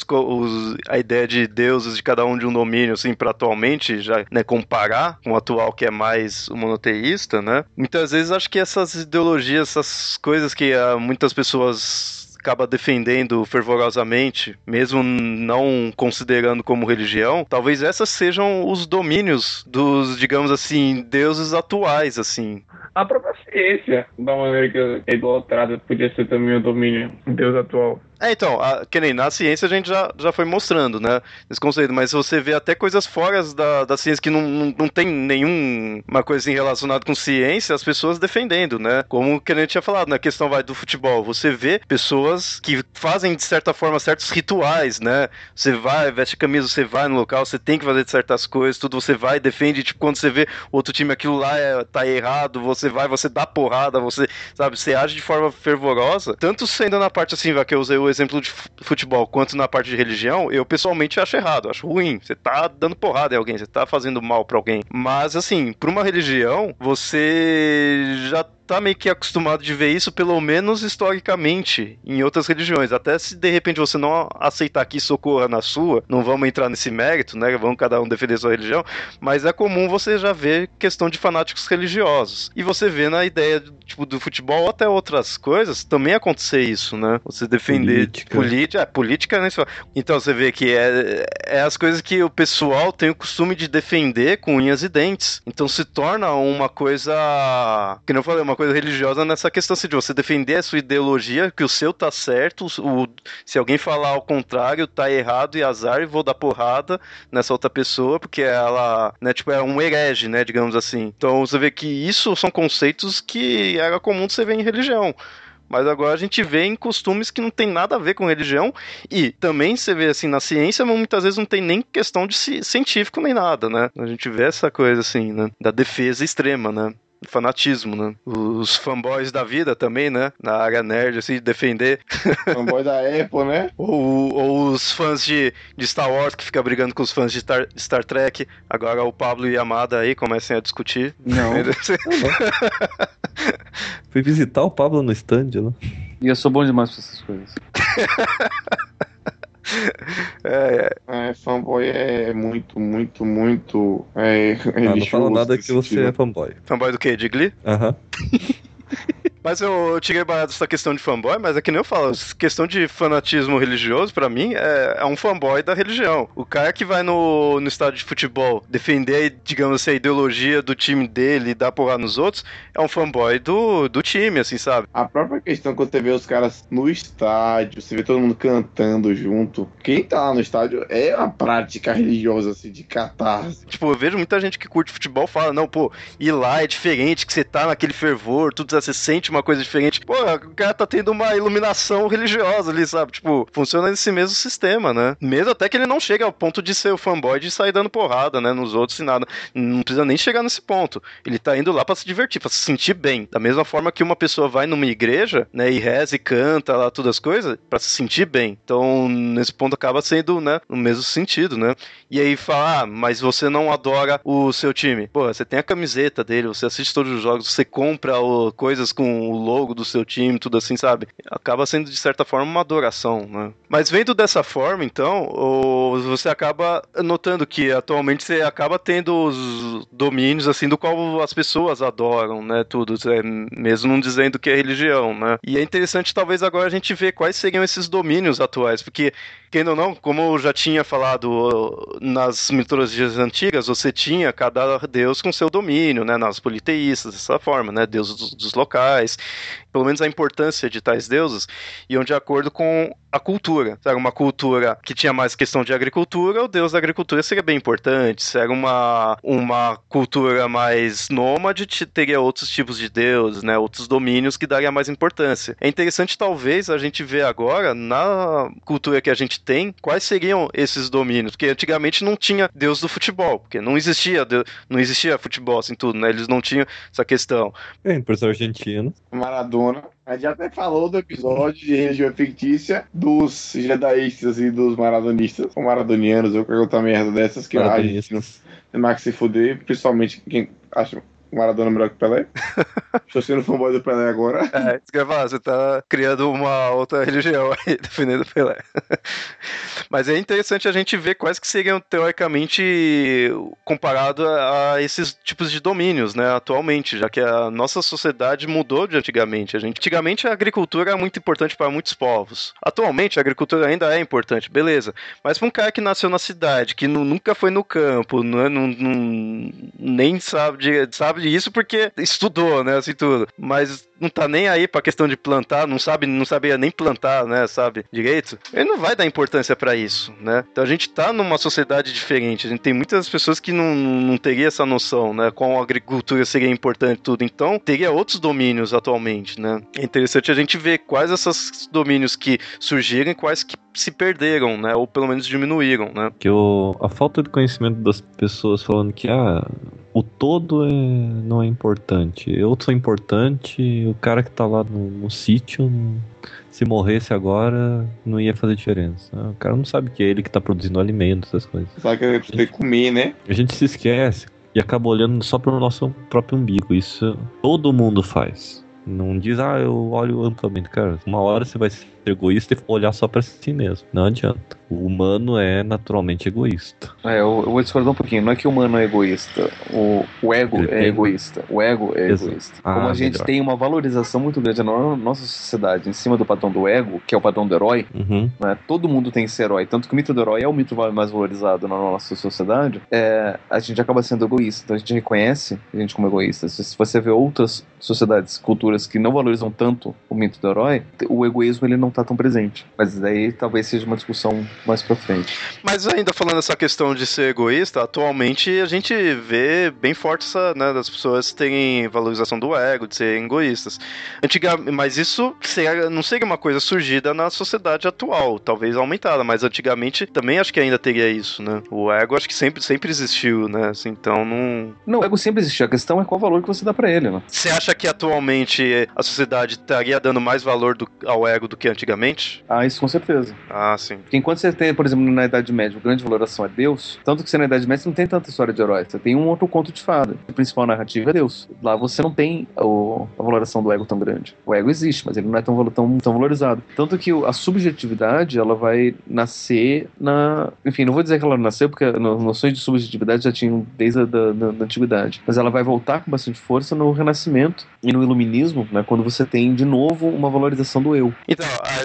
a ideia de deuses de cada um de um domínio, assim, para atualmente, já, né, comparar com o atual que é mais monoteísta, né? Muitas vezes acho que essas ideologias, essas coisas que muitas pessoas acaba defendendo fervorosamente, mesmo não considerando como religião, talvez essas sejam os domínios dos, digamos assim, deuses atuais, assim. A própria ciência, da maneira que é idolatrada, podia ser também o domínio Deus atual. Então, que nem na ciência a gente já foi mostrando, né, esse conceito, mas você vê até coisas fora da ciência que não tem nenhuma coisa assim relacionada com ciência, as pessoas defendendo, né, como que a gente tinha falado, na questão do futebol, você vê pessoas que fazem de certa forma certos rituais, né, você vai, veste a camisa, você vai no local, você tem que fazer de certas coisas, tudo você vai, defende, tipo, quando você vê outro time, aquilo lá tá errado, você vai, você dá porrada, você, sabe, você age de forma fervorosa, tanto sendo na parte assim, que eu usei o exemplo de futebol, quanto na parte de religião, eu pessoalmente acho errado, acho ruim. Você tá dando porrada em alguém, você tá fazendo mal pra alguém. Mas, assim, pra uma religião, você já tá meio que acostumado de ver isso, pelo menos historicamente, em outras religiões. Até se de repente você não aceitar que isso ocorra na sua, não vamos entrar nesse mérito, né? Vamos cada um defender sua religião, mas é comum você já ver questão de fanáticos religiosos. E você vê na ideia tipo, do futebol ou até outras coisas, também acontecer isso, né? Você defender política, né? Então você vê que é as coisas que o pessoal tem o costume de defender com unhas e dentes. Então se torna uma coisa, que não falei, uma coisa religiosa nessa questão assim, de você defender a sua ideologia, que o seu tá certo, se alguém falar ao contrário, tá errado e azar, e vou dar porrada nessa outra pessoa, porque ela, né, tipo, é um herege, né, digamos assim. Então você vê que isso são conceitos que era comum de você ver em religião. Mas agora a gente vê em costumes que não tem nada a ver com religião, e também você vê assim na ciência, mas muitas vezes não tem nem questão de científico nem nada, né? A gente vê essa coisa assim, né, da defesa extrema, né? Fanatismo, né? Os fanboys da vida também, né? Na área nerd, assim, de defender. Fanboy da Apple, né? ou os fãs de Star Wars que ficam brigando com os fãs de Star Trek. Agora o Pablo e a Amada aí comecem a discutir. Não. Fui visitar o Pablo no stand, né? E eu sou bom demais pra essas coisas. Fanboy é muito não fala nada que você é fanboy. Fanboy do quê? De Glee? Aham. Mas eu tirei barato essa questão de fanboy, mas é que nem eu falo, questão de fanatismo religioso, pra mim, é um fanboy da religião. O cara que vai no estádio de futebol defender, digamos assim, a ideologia do time dele e dar porrada nos outros, é um fanboy do time, assim, sabe? A própria questão quando você vê os caras no estádio, você vê todo mundo cantando junto, quem tá lá no estádio é uma prática religiosa, assim, de catarse. Tipo, eu vejo muita gente que curte futebol fala, não, pô, ir lá é diferente, que você tá naquele fervor, tudo, você sente uma coisa diferente. Pô, o cara tá tendo uma iluminação religiosa ali, sabe? Tipo, funciona nesse mesmo sistema, né? Mesmo até que ele não chega ao ponto de ser o fanboy de sair dando porrada, né? Nos outros e nada. Não precisa nem chegar nesse ponto. Ele tá indo lá pra se divertir, pra se sentir bem. Da mesma forma que uma pessoa vai numa igreja, né? E reza e canta lá todas as coisas, pra se sentir bem. Então, nesse ponto acaba sendo, né? No mesmo sentido, né? E aí fala, mas você não adora o seu time. Pô, você tem a camiseta dele, você assiste todos os jogos, você compra coisas com o logo do seu time, tudo assim, sabe? Acaba sendo, de certa forma, uma adoração, né? Mas vendo dessa forma, então, você acaba notando que atualmente você acaba tendo os domínios, assim, do qual as pessoas adoram, né? Tudo, mesmo não dizendo que é religião, né? E é interessante, talvez, agora a gente ver quais seriam esses domínios atuais, porque, querendo ou não, como eu já tinha falado nas mitologias antigas, você tinha cada deus com seu domínio, né? Nas politeístas, dessa forma, né? Deus dos locais, pelo menos a importância de tais deuses, iam de acordo com a cultura. Se era uma cultura que tinha mais questão de agricultura, o deus da agricultura seria bem importante. Se era uma cultura mais nômade, teria outros tipos de deuses, né? Outros domínios que daria mais importância. É interessante, talvez, a gente ver agora, na cultura que a gente tem, quais seriam esses domínios. Porque antigamente não tinha deus do futebol, porque não existia futebol assim tudo, né? Eles não tinham essa questão. Bem, para os argentinos. Maradona. A gente até falou do episódio de religião fictícia dos jedaístas e dos maradonistas, ou maradonianos, ou qualquer outra merda dessas que a gente não mais que se fuder, principalmente quem acha o Maradona melhor que o Pelé. Estou sendo fanboy do Pelé agora. Isso que eu ia falar, você tá criando uma outra religião aí, defendendo o Pelé. Mas é interessante a gente ver quais que seriam, teoricamente, comparado a esses tipos de domínios, né, atualmente, já que a nossa sociedade mudou de antigamente. Antigamente a agricultura era muito importante para muitos povos. Atualmente a agricultura ainda é importante, beleza. Mas para um cara que nasceu na cidade, que nunca foi no campo, nem sabe isso porque estudou, né, assim tudo. Mas não tá nem aí pra questão de plantar, não sabia nem plantar, né, sabe, direito. Ele não vai dar importância pra isso, né. Então a gente tá numa sociedade diferente, a gente tem muitas pessoas que não teria essa noção, né, como a agricultura seria importante e tudo. Então teria outros domínios atualmente, né. É interessante a gente ver quais esses domínios que surgiram e quais que se perderam, né, ou pelo menos diminuíram, né. Que a falta de conhecimento das pessoas falando que o todo não é importante. Eu sou importante, o cara que tá lá no sítio, se morresse agora, não ia fazer diferença. O cara não sabe que é ele que tá produzindo alimento, essas coisas. Sabe que ele tem que comer, né? A gente se esquece e acaba olhando só pro nosso próprio umbigo. Isso todo mundo faz. Não diz, eu olho amplamente. Cara, uma hora você vai ser egoísta e olhar só pra si mesmo. Não adianta. O humano é naturalmente egoísta. Eu vou discordar um pouquinho. Não é que o humano é egoísta. O ego é egoísta. O ego é egoísta. Como a gente tem uma valorização muito grande na nossa sociedade em cima do padrão do ego, que é o padrão do herói, né? Todo mundo tem que ser herói. Tanto que o mito do herói é o mito mais valorizado na nossa sociedade. A gente acaba sendo egoísta. Então a gente reconhece a gente como egoísta. Se você vê outras sociedades, culturas que não valorizam tanto o mito do herói, o egoísmo ele não tá tão presente. Mas daí talvez seja uma discussão mais pra frente. Mas ainda falando essa questão de ser egoísta, atualmente a gente vê bem forte essa, né, das pessoas terem valorização do ego, de serem egoístas. Mas isso não seria uma coisa surgida na sociedade atual, talvez aumentada, mas antigamente também acho que ainda teria isso, né? O ego acho que sempre existiu, né? Assim, então não... Não, o ego sempre existiu, a questão é qual o valor que você dá pra ele, né? Você acha que atualmente a sociedade estaria dando mais valor ao ego do que antigamente? Isso com certeza. Sim. Porque enquanto você tem, por exemplo, na Idade Média, a grande valoração é Deus, tanto que você na Idade Média você não tem tanta história de heróis, você tem um outro conto de fada. A principal narrativa é Deus. Lá você não tem a valoração do ego tão grande. O ego existe, mas ele não é tão valorizado. Tanto que a subjetividade, ela vai nascer Enfim, não vou dizer que ela nasceu, porque as noções de subjetividade já tinham desde a da antiguidade. Mas ela vai voltar com bastante força no Renascimento e no Iluminismo, né, quando você tem, de novo, uma valorização do eu. Então,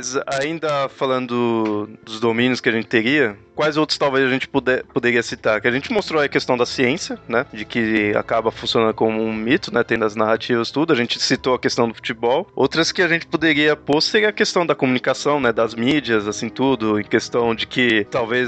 ainda falando dos domínios que a gente teria, quais outros talvez a gente poderia citar? Que a gente mostrou a questão da ciência, né? De que acaba funcionando como um mito, né? Tendo as narrativas, tudo. A gente citou a questão do futebol. Outras que a gente poderia pôr seria a questão da comunicação, né? Das mídias, assim, tudo. Em questão de que talvez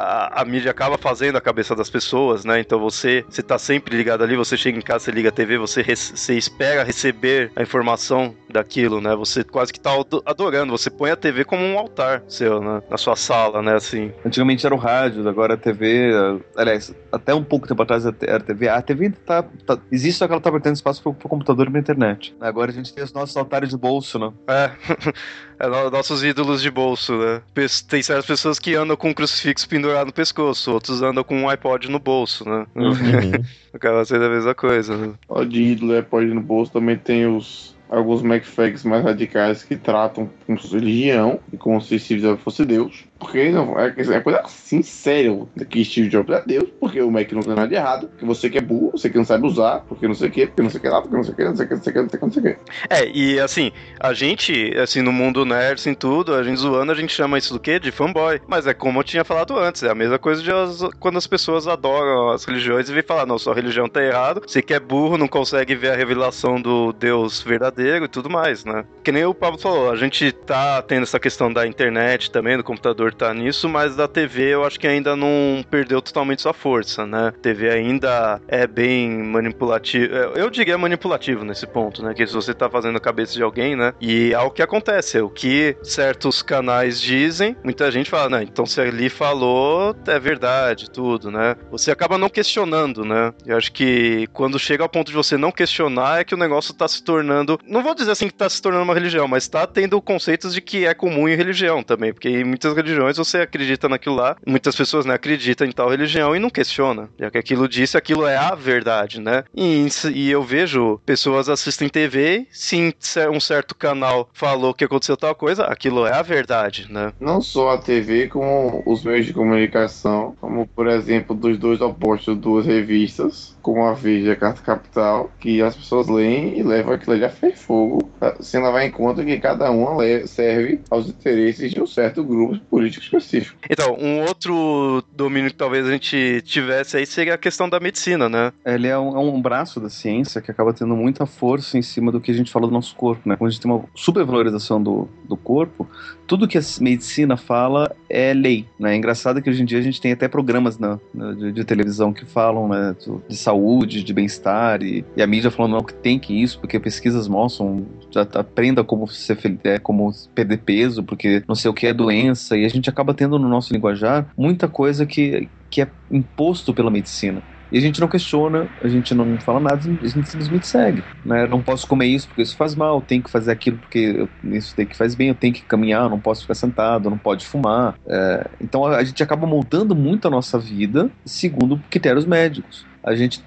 a mídia acaba fazendo a cabeça das pessoas, né? Então você tá sempre ligado ali, você chega em casa, você liga a TV, você espera receber a informação daquilo, né? Você quase que tá adorando. Você põe a TV como um altar seu, né? Na sua sala, né? Assim. Antigamente era o rádio, agora a TV. Aliás, até um pouco tempo atrás era a TV. A TV existe, só que ela tá perdendo espaço pro computador e pra internet. Agora a gente tem os nossos altares de bolso, né? Nossos ídolos de bolso, né? Tem certas pessoas que andam com um crucifixo pendurado no pescoço, outros andam com um iPod no bolso, né? Acaba sendo a mesma coisa, né? De ídolo e iPod no bolso também tem alguns MacFags mais radicais que tratam como se fosse religião e como se fosse Deus. Porque não, é coisa assim, sério, que Steve Jobs é Deus, porque o Mac não tem nada de errado, que você que é burro, você que não sabe usar, porque não sei o que, porque não sei o que lá, porque não sei o que, não sei o que, não sei o que, não sei o que, não sei o que. E assim, a gente, assim, no mundo nerd, assim, tudo, a gente zoando, a gente chama isso do quê? De fanboy. Mas é como eu tinha falado antes, é a mesma coisa de quando as pessoas adoram as religiões e vêm falar, não, sua religião tá errado, você que é burro, não consegue ver a revelação do Deus verdadeiro e tudo mais, né? Que nem o Pablo falou, a gente tá tendo essa questão da internet também, do computador tá nisso, mas da TV eu acho que ainda não perdeu totalmente sua força, né? A TV ainda é bem manipulativo, eu diria manipulativo nesse ponto, né? Que se você tá fazendo a cabeça de alguém, né? E é o que acontece, é o que certos canais dizem, muita gente fala, né? Então se ali falou, é verdade, tudo, né? Você acaba não questionando, né? Eu acho que quando chega ao ponto de você não questionar, é que o negócio tá se tornando, não vou dizer assim que tá se tornando uma religião, mas tá tendo conceitos de que é comum em religião também, porque em muitas religiões você acredita naquilo lá, muitas pessoas, né, acreditam em tal religião e não questiona, já que aquilo disse, aquilo é a verdade, né? E eu vejo pessoas assistem TV, se um certo canal falou que aconteceu tal coisa, aquilo é a verdade, né? Não só a TV, como os meios de comunicação, como por exemplo dos dois opostos, duas revistas, como a Veja e a Carta Capital, que as pessoas leem e levam aquilo ali a ferro e fogo, sem levar em conta que cada uma serve aos interesses de um certo grupo político específico. Então, um outro domínio que talvez a gente tivesse aí seria a questão da medicina, né? Ele é um braço da ciência que acaba tendo muita força em cima do que a gente falou do nosso corpo, né? Quando a gente tem uma supervalorização do corpo, tudo que a medicina fala é lei, né? É engraçado que hoje em dia a gente tem até programas de televisão que falam, né, de saúde, de bem-estar, e a mídia falando não, que tem que isso, porque pesquisas mostram, já aprenda como como perder peso, porque não sei o que é doença, e a gente acaba tendo no nosso linguajar muita coisa que é imposto pela medicina. E a gente não questiona, a gente não fala nada, a gente simplesmente segue, né? Não posso comer isso porque isso faz mal, tenho que fazer aquilo porque isso tem que faz bem, eu tenho que caminhar, não posso ficar sentado, não pode fumar. Então a gente acaba moldando muito a nossa vida segundo critérios médicos. A gente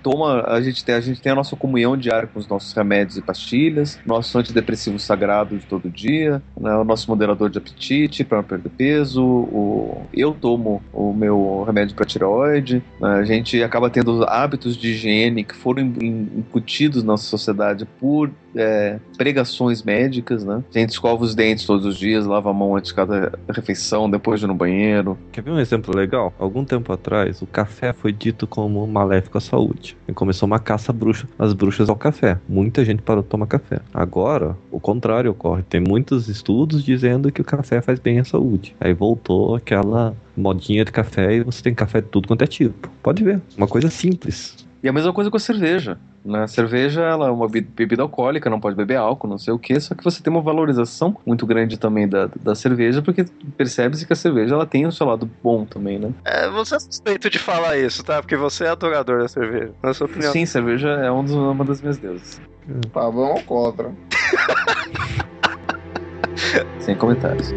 tem a nossa comunhão diária com os nossos remédios e pastilhas, nosso antidepressivo sagrado de todo dia, né, o nosso moderador de apetite para não perder peso, eu tomo o meu remédio para tireoide, né, a gente acaba tendo hábitos de higiene que foram incutidos na nossa sociedade por pregações médicas, né? A gente escova os dentes todos os dias, lava a mão antes de cada refeição, depois de ir no banheiro. Quer ver um exemplo legal? Algum tempo atrás, o café foi dito como maléfico à saúde. E começou uma caça às bruxas ao café. Muita gente parou de tomar café. Agora, o contrário ocorre. Tem muitos estudos dizendo que o café faz bem à saúde. Aí voltou aquela modinha de café e você tem café de tudo quanto é tipo. Pode ver, uma coisa simples. E a mesma coisa com a cerveja. A cerveja, ela é uma bebida alcoólica, não pode beber álcool, não sei o que, só que você tem uma valorização muito grande também da cerveja, porque percebe-se que a cerveja ela tem o seu lado bom também, né? Você é suspeito de falar isso, tá? Porque você é adorador da cerveja, na sua opinião. Sim, cerveja é uma das minhas deusas. Pavão ou contra? Sem comentários.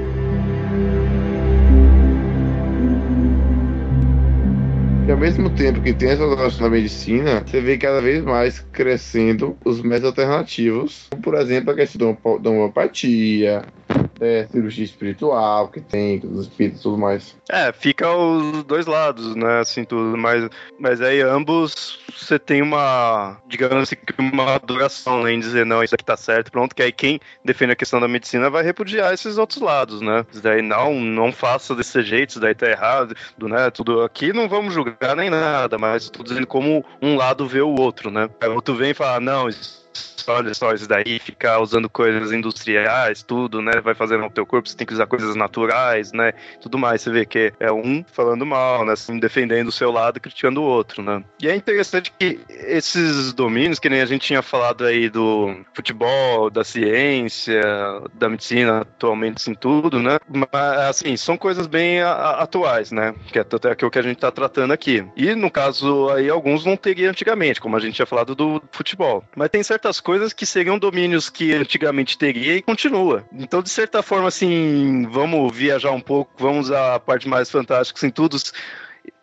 E ao mesmo tempo que tem essa evolução da medicina, você vê cada vez mais crescendo os métodos alternativos, como por exemplo a questão da homeopatia, cirurgia espiritual, que tem os espíritos e tudo mais. Fica os dois lados, né, assim, tudo, mas aí ambos você tem digamos assim, uma adoração, né, em dizer, não, isso aqui tá certo, pronto, que aí quem defende a questão da medicina vai repudiar esses outros lados, né, isso daí não faça desse jeito, isso daí tá errado, né, tudo aqui não vamos julgar nem nada, mas tô dizendo como um lado vê o outro, né, aí o outro vem e fala, não, olha só isso daí, ficar usando coisas industriais, tudo, né, vai fazer no teu corpo, você tem que usar coisas naturais, né, tudo mais, você vê que é um falando mal, né, assim, defendendo o seu lado e criticando o outro, né. E é interessante que esses domínios, que nem a gente tinha falado aí do futebol, da ciência, da medicina, atualmente, assim, tudo, né, mas, assim, são coisas bem atuais, né, que é o que a gente tá tratando aqui. E, no caso, aí, alguns não teriam antigamente, como a gente tinha falado do futebol. Mas tem certas coisas que seriam domínios que antigamente teria e continua. Então, de certa forma, assim, vamos viajar um pouco, vamos à parte mais fantástica, assim, tudo.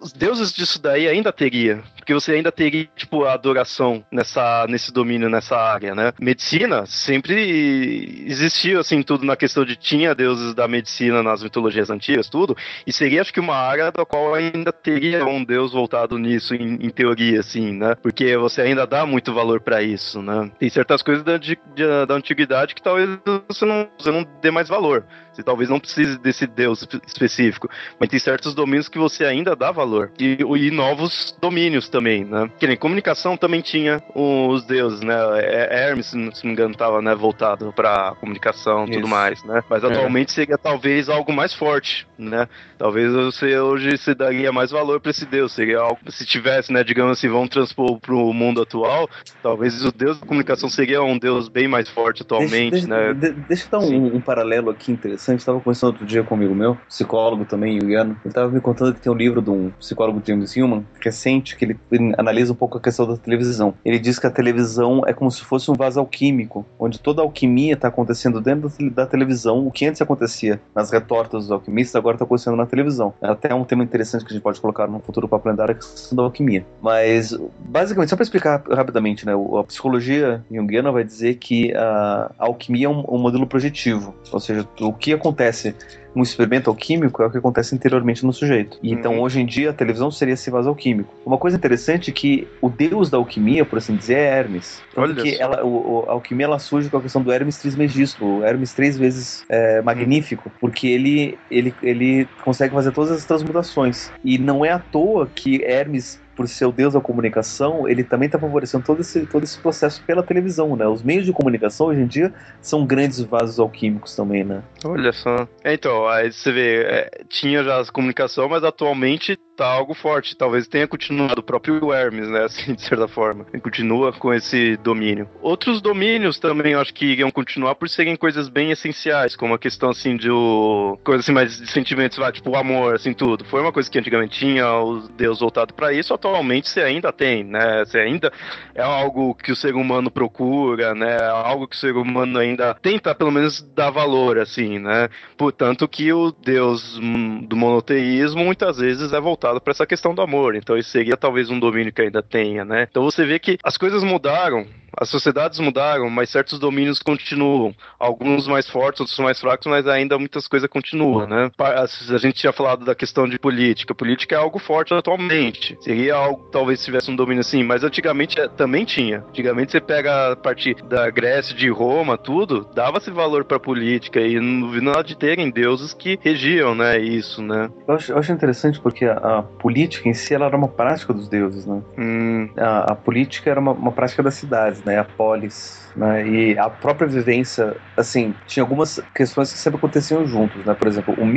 os deuses disso daí ainda teria, porque você ainda teria, tipo, a adoração nesse domínio, nessa área, né? Medicina sempre existiu, assim, tudo na questão de tinha deuses da medicina nas mitologias antigas, tudo, e seria, acho que, uma área da qual ainda teria um deus voltado nisso, em teoria, assim, né? Porque você ainda dá muito valor pra isso, né? Tem certas coisas da antiguidade que talvez você não dê mais valor. Você talvez não precise desse deus específico, mas tem certos domínios que você ainda dá valor. E novos domínios também, né? Que nem comunicação também tinha os deuses, né? Hermes, se não me engano, estava, né, voltado pra comunicação e tudo mais, né? Mas atualmente seria talvez algo mais forte, né? Talvez você hoje se daria mais valor pra esse deus. Seria algo, se tivesse, né, digamos assim, vamos transpor pro mundo atual, talvez o deus da comunicação seria um deus bem mais forte atualmente, né? Deixa eu dar um paralelo aqui interessante. Estava conversando outro dia com um amigo meu, psicólogo também, junguiano. Ele estava me contando que tem um livro de um psicólogo, James Hillman, recente, que ele analisa um pouco a questão da televisão. Ele diz que a televisão é como se fosse um vaso alquímico, onde toda a alquimia está acontecendo dentro da televisão. O que antes acontecia nas retortas dos alquimistas, agora está acontecendo na televisão. É até um tema interessante que a gente pode colocar no futuro papo lendário, a questão da alquimia. Mas, basicamente, só para explicar rapidamente, né, a psicologia junguiana vai dizer que a alquimia é um modelo projetivo, ou seja, o que acontece um experimento alquímico é o que acontece interiormente no sujeito. E então, hoje em dia, a televisão seria esse vaso alquímico. Uma coisa interessante é que o deus da alquimia, por assim dizer, é Hermes. Porque a alquimia ela surge com a questão do Hermes Trismegisto, o Hermes 3 vezes magnífico, porque ele consegue fazer todas as transmutações. E não é à toa que Hermes, por ser o deus da comunicação, ele também está favorecendo todo esse processo pela televisão, né? Os meios de comunicação, hoje em dia, são grandes vasos alquímicos também, né? Olha só. Então, aí você vê, tinha já a comunicação, mas atualmente tá algo forte. Talvez tenha continuado o próprio Hermes, né? Assim, de certa forma. Ele continua com esse domínio. Outros domínios também, eu acho que iriam continuar por serem coisas bem essenciais, como a questão, assim, de coisa assim, mais de sentimentos, tipo o amor, assim, tudo. Foi uma coisa que antigamente tinha o Deus voltado pra isso, atualmente você ainda tem, né? Você ainda é algo que o ser humano procura, né? É algo que o ser humano ainda tenta, pelo menos, dar valor, assim, né? Portanto que o Deus do monoteísmo muitas vezes é voltado para essa questão do amor, então isso seria talvez um domínio que ainda tenha, né? Então você vê que as coisas mudaram, as sociedades mudaram, mas certos domínios continuam. Alguns mais fortes, outros mais fracos, mas ainda muitas coisas continuam, né? A gente tinha falado da questão de política. Política é algo forte atualmente. Seria algo, talvez, se tivesse um domínio assim, mas antigamente também tinha. Antigamente você pega a partir da Grécia, de Roma, tudo, dava-se valor pra política e não vi nada de terem deuses que regiam, né? Isso, né? Eu acho interessante porque a política em si, ela era uma prática dos deuses, né? A política era uma prática das cidades, né? A polis, né? E a própria vivência, assim, tinha algumas questões que sempre aconteciam juntos, né? Por exemplo, o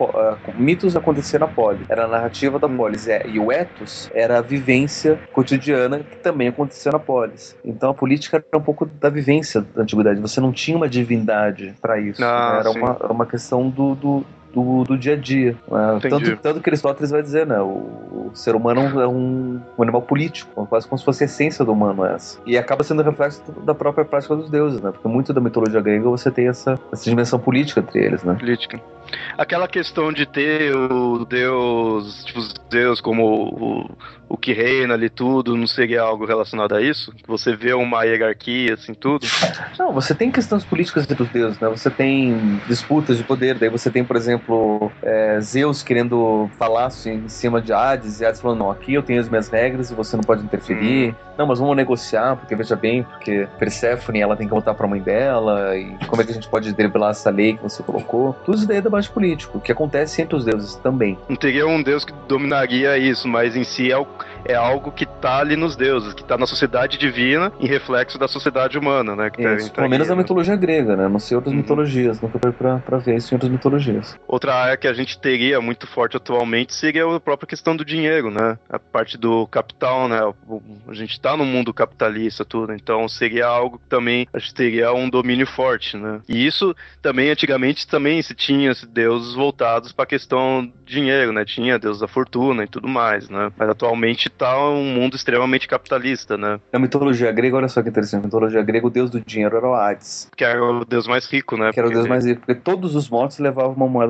mitos acontecia na polis, era a narrativa da polis, e o ethos era a vivência cotidiana que também acontecia na polis. Então a política era um pouco da vivência da antiguidade, você não tinha uma divindade para isso, né? Era uma questão do dia a dia, né? Tanto que Aristóteles vai dizer, né? O ser humano é um animal político, quase como se fosse a essência do humano essa. E acaba sendo reflexo da própria prática dos deuses, né? Porque muito da mitologia grega você tem essa dimensão política entre eles, né? Política. Aquela questão de ter o Deus, tipo, os deuses como o que reina ali tudo, não seria algo relacionado a isso? Que você vê uma hierarquia, assim, tudo? Não, você tem questões políticas entre os deuses, né? Você tem disputas de poder, daí você tem, por exemplo, Zeus querendo palácio em cima de Hades, e Hades falando, não, aqui eu tenho as minhas regras e você não pode interferir. Não, mas vamos negociar, porque veja bem, porque Perséfone, ela tem que voltar pra mãe dela, e como é que a gente pode driblar essa lei que você colocou? Tudo isso daí é debate político, que acontece entre os deuses também. Não teria um deus que dominaria isso, mas em si é algo que tá ali nos deuses, que tá na sociedade divina em reflexo da sociedade humana, né? Que isso, pelo menos na mitologia grega, né? Não sei outras mitologias, nunca foi pra ver isso em outras mitologias. Outra área que a gente teria muito forte atualmente seria a própria questão do dinheiro, né? A parte do capital, né? A gente tá no mundo capitalista, tudo, então seria algo que também a gente teria um domínio forte, né? E isso também, antigamente, também se tinha deuses voltados pra questão do dinheiro, né? Tinha deus da fortuna e tudo mais, né? Mas atualmente tá um mundo extremamente capitalista, né? Na mitologia grega, olha só que interessante, na mitologia grega o deus do dinheiro era o Hades. Que era o deus mais rico, né? Que era o deus mais rico, porque todos os mortos levavam uma moeda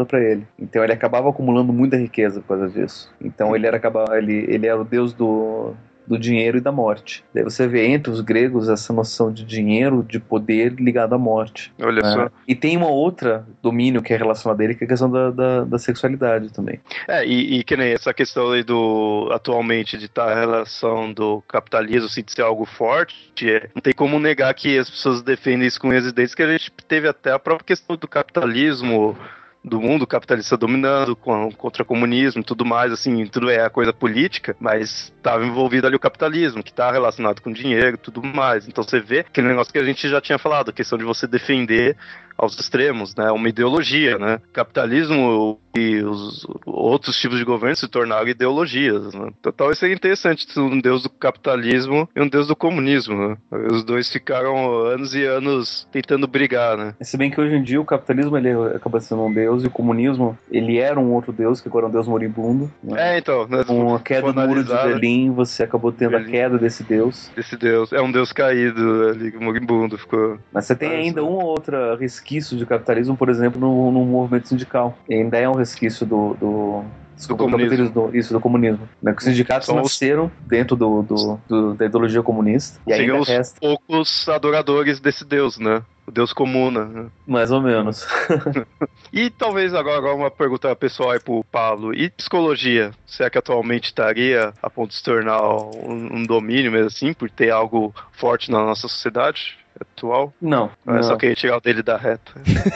para ele. Então ele acabava acumulando muita riqueza por causa disso. Então ele era o deus do dinheiro e da morte. Daí você vê entre os gregos essa noção de dinheiro, de poder ligado à morte. Olha só. E tem uma outra domínio que é relacionado a ele, que é a questão da sexualidade também. E que nem essa questão aí atualmente de estar a relação do capitalismo assim, de ser algo forte, não tem como negar que as pessoas defendem isso com residência, que a gente teve até a própria questão do capitalismo, do mundo capitalista dominando contra o comunismo e tudo mais, assim, tudo é a coisa política, mas estava envolvido ali o capitalismo, que está relacionado com dinheiro e tudo mais. Então você vê aquele negócio que a gente já tinha falado, a questão de você defender aos extremos, né, uma ideologia, né, capitalismo e os outros tipos de governo se tornaram ideologias, né, então talvez seria interessante ser um deus do capitalismo e um deus do comunismo, né, os dois ficaram anos e anos tentando brigar, né. Se bem que hoje em dia o capitalismo ele acaba sendo um deus e o comunismo ele era um outro deus, que agora é um deus moribundo, né? Então, né, com a queda do muro de Berlim, você acabou tendo a queda desse deus. Esse deus, é um deus caído ali, moribundo, ficou... Mas você tem ainda uma outra resquício de capitalismo, por exemplo, no movimento sindical. E ainda é um resquício do comunismo. Isso, do comunismo. Né? Os sindicatos nasceram dentro da ideologia comunista. E ainda os poucos adoradores desse deus, né? O deus comum, né? Mais ou menos. E talvez agora uma pergunta pessoal aí pro Pablo. E psicologia? Será que atualmente estaria a ponto de se tornar um domínio mesmo assim, por ter algo forte na nossa sociedade atual? Não. Só queria tirar o dele da reta.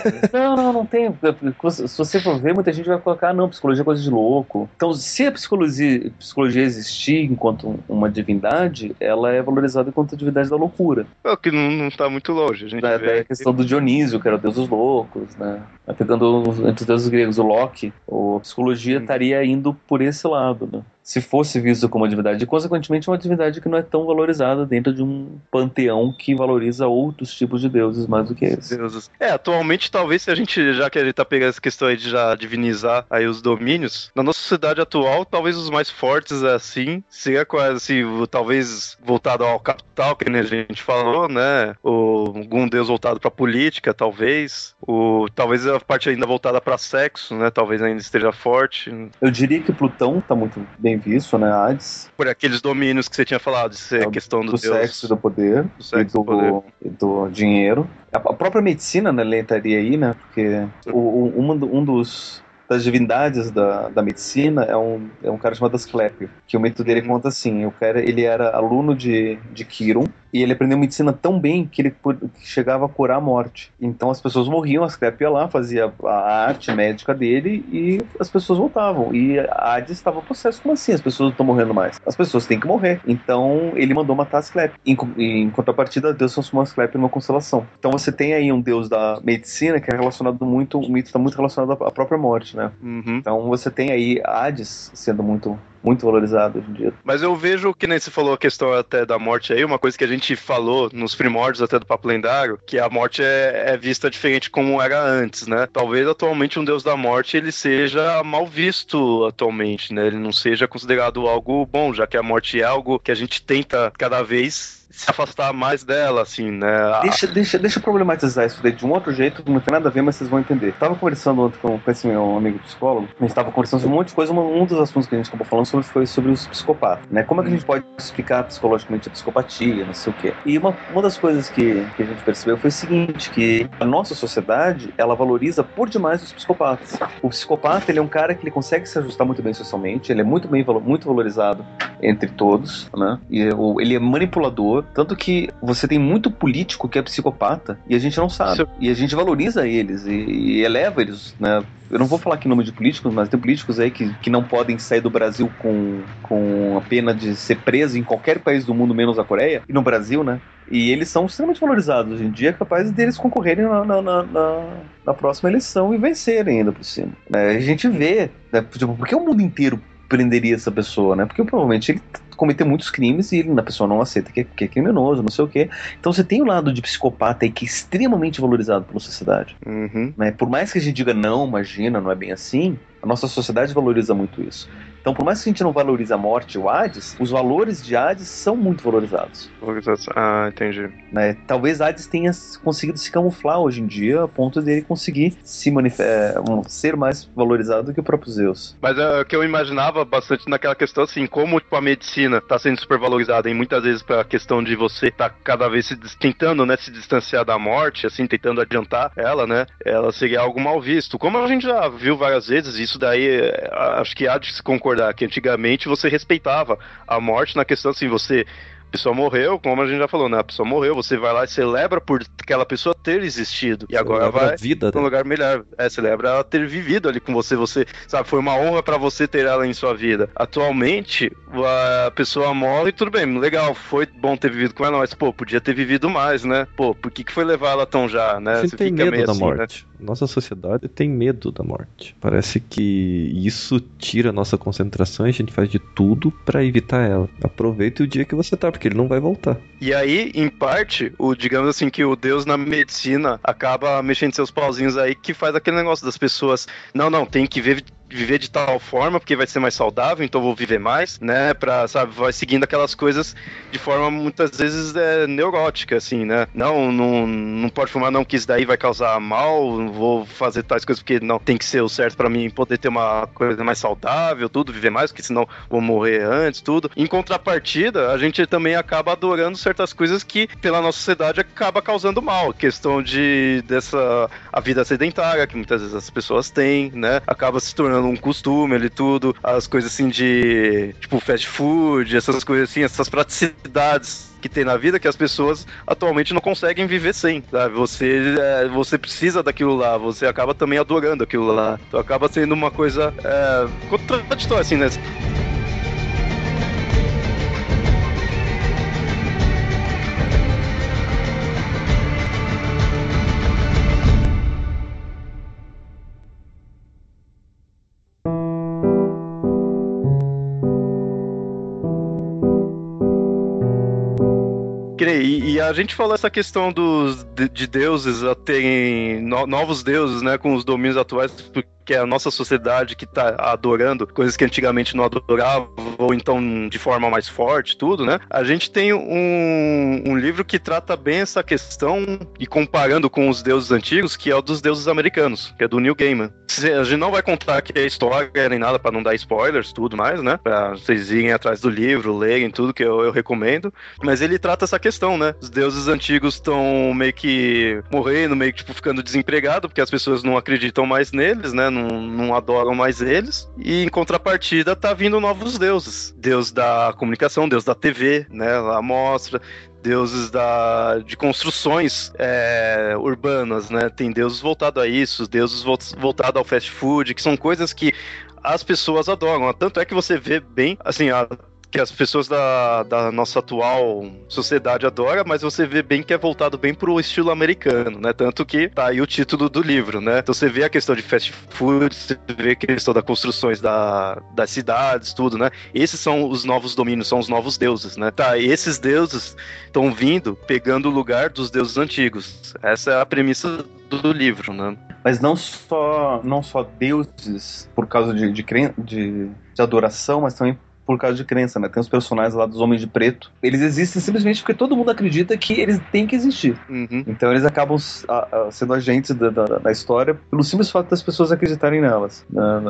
Não tem. Se você for ver, muita gente vai colocar, não, psicologia é coisa de louco. Então, se a psicologia existir enquanto uma divindade, ela é valorizada enquanto a divindade da loucura. É o que não tá muito longe. A gente vê a questão do Dionísio, que era o deus dos loucos, né? Pegando entre os deuses gregos, o Loki, a psicologia estaria indo por esse lado, né? Se fosse visto como uma divindade, e consequentemente uma divindade que não é tão valorizada dentro de um panteão que valoriza outros tipos de deuses mais do que esse. Atualmente talvez, se a gente, já que a gente tá pegando essa questão aí de já divinizar aí os domínios, na nossa sociedade atual, talvez os mais fortes assim, seria quase assim, talvez voltado ao capital, que a gente falou, né, algum deus voltado pra política, talvez a parte ainda voltada pra sexo, né, talvez ainda esteja forte. Eu diria que Plutão tá muito bem visto, né, Hades. Por aqueles domínios que você tinha falado, de ser questão do Deus. Sexo, do poder, e do dinheiro. A própria medicina, né, ele estaria aí, né, porque das divindades da medicina é um cara chamado Asclepio, que o mito dele conta assim, ele era aluno de Quiron, e ele aprendeu medicina tão bem que ele chegava a curar a morte. Então as pessoas morriam, Asclepio ia lá, fazia a arte médica dele e as pessoas voltavam. E a Hades estava possesso. Como assim? As pessoas não estão morrendo mais. As pessoas têm que morrer. Então ele mandou matar Asclepio. Em contrapartida, Deus transformou Asclepio numa constelação. Então você tem aí um deus da medicina que é relacionado muito, o mito está muito relacionado à própria morte, né? Uhum. Então você tem aí Hades sendo muito valorizado hoje em dia. Mas eu vejo que nem você falou a questão até da morte aí, uma coisa que a gente falou nos primórdios até do Papo Lendário, que a morte é vista diferente como era antes, né? Talvez atualmente um deus da morte ele seja mal visto atualmente, né? Ele não seja considerado algo bom, já que a morte é algo que a gente tenta cada vez se afastar mais dela, assim, né? Deixa eu problematizar isso daí de um outro jeito, não tem nada a ver, mas vocês vão entender. Tava conversando ontem com esse meu amigo psicólogo, a gente tava conversando sobre um monte de coisa, um dos assuntos que a gente acabou falando foi sobre os psicopatas, né? Como é que a gente pode explicar psicologicamente a psicopatia, não sei o quê. E uma das coisas que a gente percebeu foi o seguinte, que a nossa sociedade, ela valoriza por demais os psicopatas. O psicopata, ele é um cara que ele consegue se ajustar muito bem socialmente, ele é muito valorizado entre todos, né? E ele é manipulador, tanto que você tem muito político que é psicopata e a gente não sabe. E a gente valoriza eles e eleva eles, né? Eu não vou falar aqui em nome de políticos, mas tem políticos aí que não podem sair do Brasil com a pena de ser preso em qualquer país do mundo, menos a Coreia, e no Brasil, né? E eles são extremamente valorizados. Hoje em dia é capaz deles concorrerem na próxima eleição e vencerem ainda por cima. A gente vê, né, tipo, por que o mundo inteiro prenderia essa pessoa, né? Porque provavelmente ele cometer muitos crimes e a pessoa não aceita que é criminoso, não sei o quê. Então você tem o lado de psicopata aí que é extremamente valorizado pela sociedade. Né? Por mais que a gente diga não, imagina, não é bem assim, a nossa sociedade valoriza muito isso. Então, por mais que a gente não valorize a morte e o Hades, os valores de Hades são muito valorizados. Ah, entendi. Né? Talvez Hades tenha conseguido se camuflar hoje em dia a ponto dele conseguir ser mais valorizado do que o próprio Zeus. Mas é o que eu imaginava bastante naquela questão, assim, como tipo, a medicina está sendo super valorizada e muitas vezes para a questão de você estar cada vez tentando, né, se distanciar da morte, assim, tentando adiantar ela, né, ela seria algo mal visto. Como a gente já viu várias vezes, isso daí, acho que há de se concordar que antigamente você respeitava a morte na questão, assim, a pessoa morreu, como a gente já falou, né? A pessoa morreu, você vai lá e celebra por aquela pessoa ter existido. E agora vai para um lugar melhor. Celebra ela ter vivido ali com você. Você, sabe, foi uma honra pra você ter ela em sua vida. Atualmente, a pessoa morre e tudo bem, legal, foi bom ter vivido com ela, mas, pô, podia ter vivido mais, né? Pô, por que foi levar ela tão já, né? Você tem medo da assim, morte. Né? Nossa sociedade tem medo da morte. Parece que isso tira a nossa concentração e a gente faz de tudo pra evitar ela. Aproveite o dia que você tá, porque ele não vai voltar. E aí, em parte, digamos assim, que o Deus na medicina acaba mexendo seus pauzinhos aí, que faz aquele negócio das pessoas, não, tem que viver de tal forma, porque vai ser mais saudável, então vou viver mais, né, vai seguindo aquelas coisas de forma, muitas vezes, neurótica, assim, né, não pode fumar não, que isso daí vai causar mal, vou fazer tais coisas porque não, tem que ser o certo pra mim poder ter uma coisa mais saudável, tudo, viver mais, porque senão vou morrer antes, tudo. Em contrapartida, a gente também acaba adorando certas coisas que, pela nossa sociedade, acaba causando mal, questão a vida sedentária, que muitas vezes as pessoas têm, né, acaba se tornando um costume ali tudo, as coisas assim de tipo fast food, essas coisas assim, essas praticidades que tem na vida que as pessoas atualmente não conseguem viver sem, sabe? Você precisa daquilo lá, você acaba também adorando aquilo lá, então acaba sendo uma coisa contraditória assim, né? E a gente falou essa questão de deuses a terem novos deuses, né, com os domínios atuais, porque é a nossa sociedade que tá adorando coisas que antigamente não adorava, ou então de forma mais forte, tudo, né? A gente tem um livro que trata bem essa questão e comparando com os deuses antigos, que é o dos deuses americanos, que é do Neil Gaiman. A gente não vai contar aqui a história nem nada pra não dar spoilers, tudo mais, né? Pra vocês irem atrás do livro, lerem tudo, que eu recomendo. Mas ele trata essa questão, né? Os deuses antigos estão meio que morrendo, meio que tipo, ficando desempregados, porque as pessoas não acreditam mais neles, né? Não adoram mais eles. E em contrapartida tá vindo novos deuses. Deus da comunicação, Deus da TV, né? Lá mostra. Deuses de construções urbanas, né? Tem deuses voltados a isso, deuses voltados ao fast food, que são coisas que as pessoas adoram. Tanto é que você vê bem, assim, que as pessoas da nossa atual sociedade adoram, mas você vê bem que é voltado bem pro estilo americano, né? Tanto que tá aí o título do livro, né? Então você vê a questão de fast food, você vê a questão das construções das cidades, tudo, né? Esses são os novos domínios, são os novos deuses, né? Tá, esses deuses estão vindo, pegando o lugar dos deuses antigos. Essa é a premissa do livro, né? Mas não só deuses por causa de adoração, mas também por causa de crença, né? Tem os personagens lá dos Homens de Preto. Eles existem simplesmente porque todo mundo acredita que eles têm que existir. Uhum. Então eles acabam sendo agentes da história pelo simples fato das pessoas acreditarem nelas,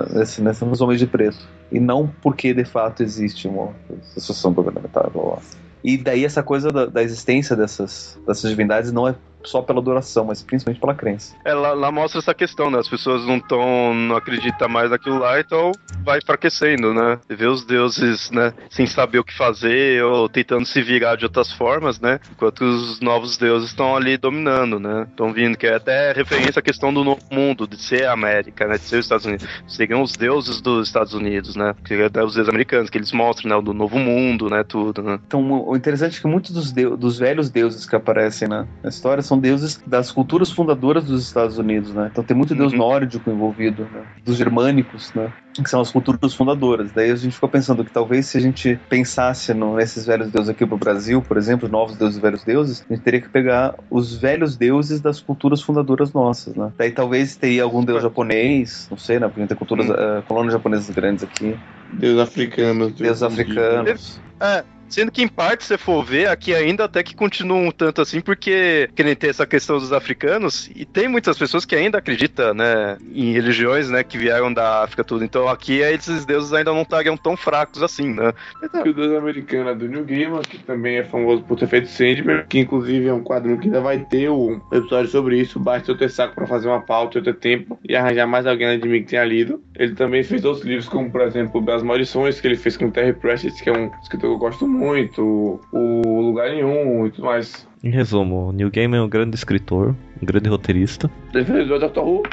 nos Homens de Preto. E não porque de fato existe uma associação governamental. E daí essa coisa da existência dessas divindades não é só pela adoração, mas principalmente pela crença. Lá mostra essa questão, né? As pessoas não acreditam mais naquilo lá, então vai enfraquecendo, né? Você vê os deuses, né, sem saber o que fazer ou tentando se virar de outras formas, né? Enquanto os novos deuses estão ali dominando, né? Estão vindo, que é até referência à questão do novo mundo, de ser a América, né? De ser os Estados Unidos. Seriam os deuses dos Estados Unidos, né? Que é os deuses americanos, que eles mostram, né? Do novo mundo, né? Tudo, né? Então, o interessante é que muitos dos velhos deuses que aparecem na história são deuses das culturas fundadoras dos Estados Unidos, né? Então tem muito deus nórdico envolvido, né? Dos germânicos, né? Que são as culturas fundadoras. Daí a gente ficou pensando que talvez se a gente pensasse nesses velhos deuses aqui pro Brasil, por exemplo, novos deuses e velhos deuses, a gente teria que pegar os velhos deuses das culturas fundadoras nossas, né? Daí talvez teria algum deus japonês, não sei, né? Porque tem culturas, colônias japonesas grandes aqui. Deus africanos. Deus africanos. Sendo que, em parte, se você for ver, aqui ainda até que continua um tanto assim, porque que nem tem essa questão dos africanos, e tem muitas pessoas que ainda acreditam, né, em religiões, né, que vieram da África, tudo. Então, aqui, esses deuses ainda não estariam tão fracos assim, né? E o deus americano é do Neil Gaiman, que também é famoso por ter feito Sandman, que inclusive é um quadrinho que ainda vai ter um episódio sobre isso. Basta eu ter saco pra fazer uma pauta, eu ter tempo e arranjar mais alguém de mim que tenha lido. Ele também fez outros livros, como, por exemplo, As Maldições, que ele fez com Terry Pratchett, que é um escritor que eu gosto muito, O Lugar Nenhum e tudo mais. Em resumo, o Neil Gaiman é um grande escritor, um grande roteirista. Ele fez o Dr. Who.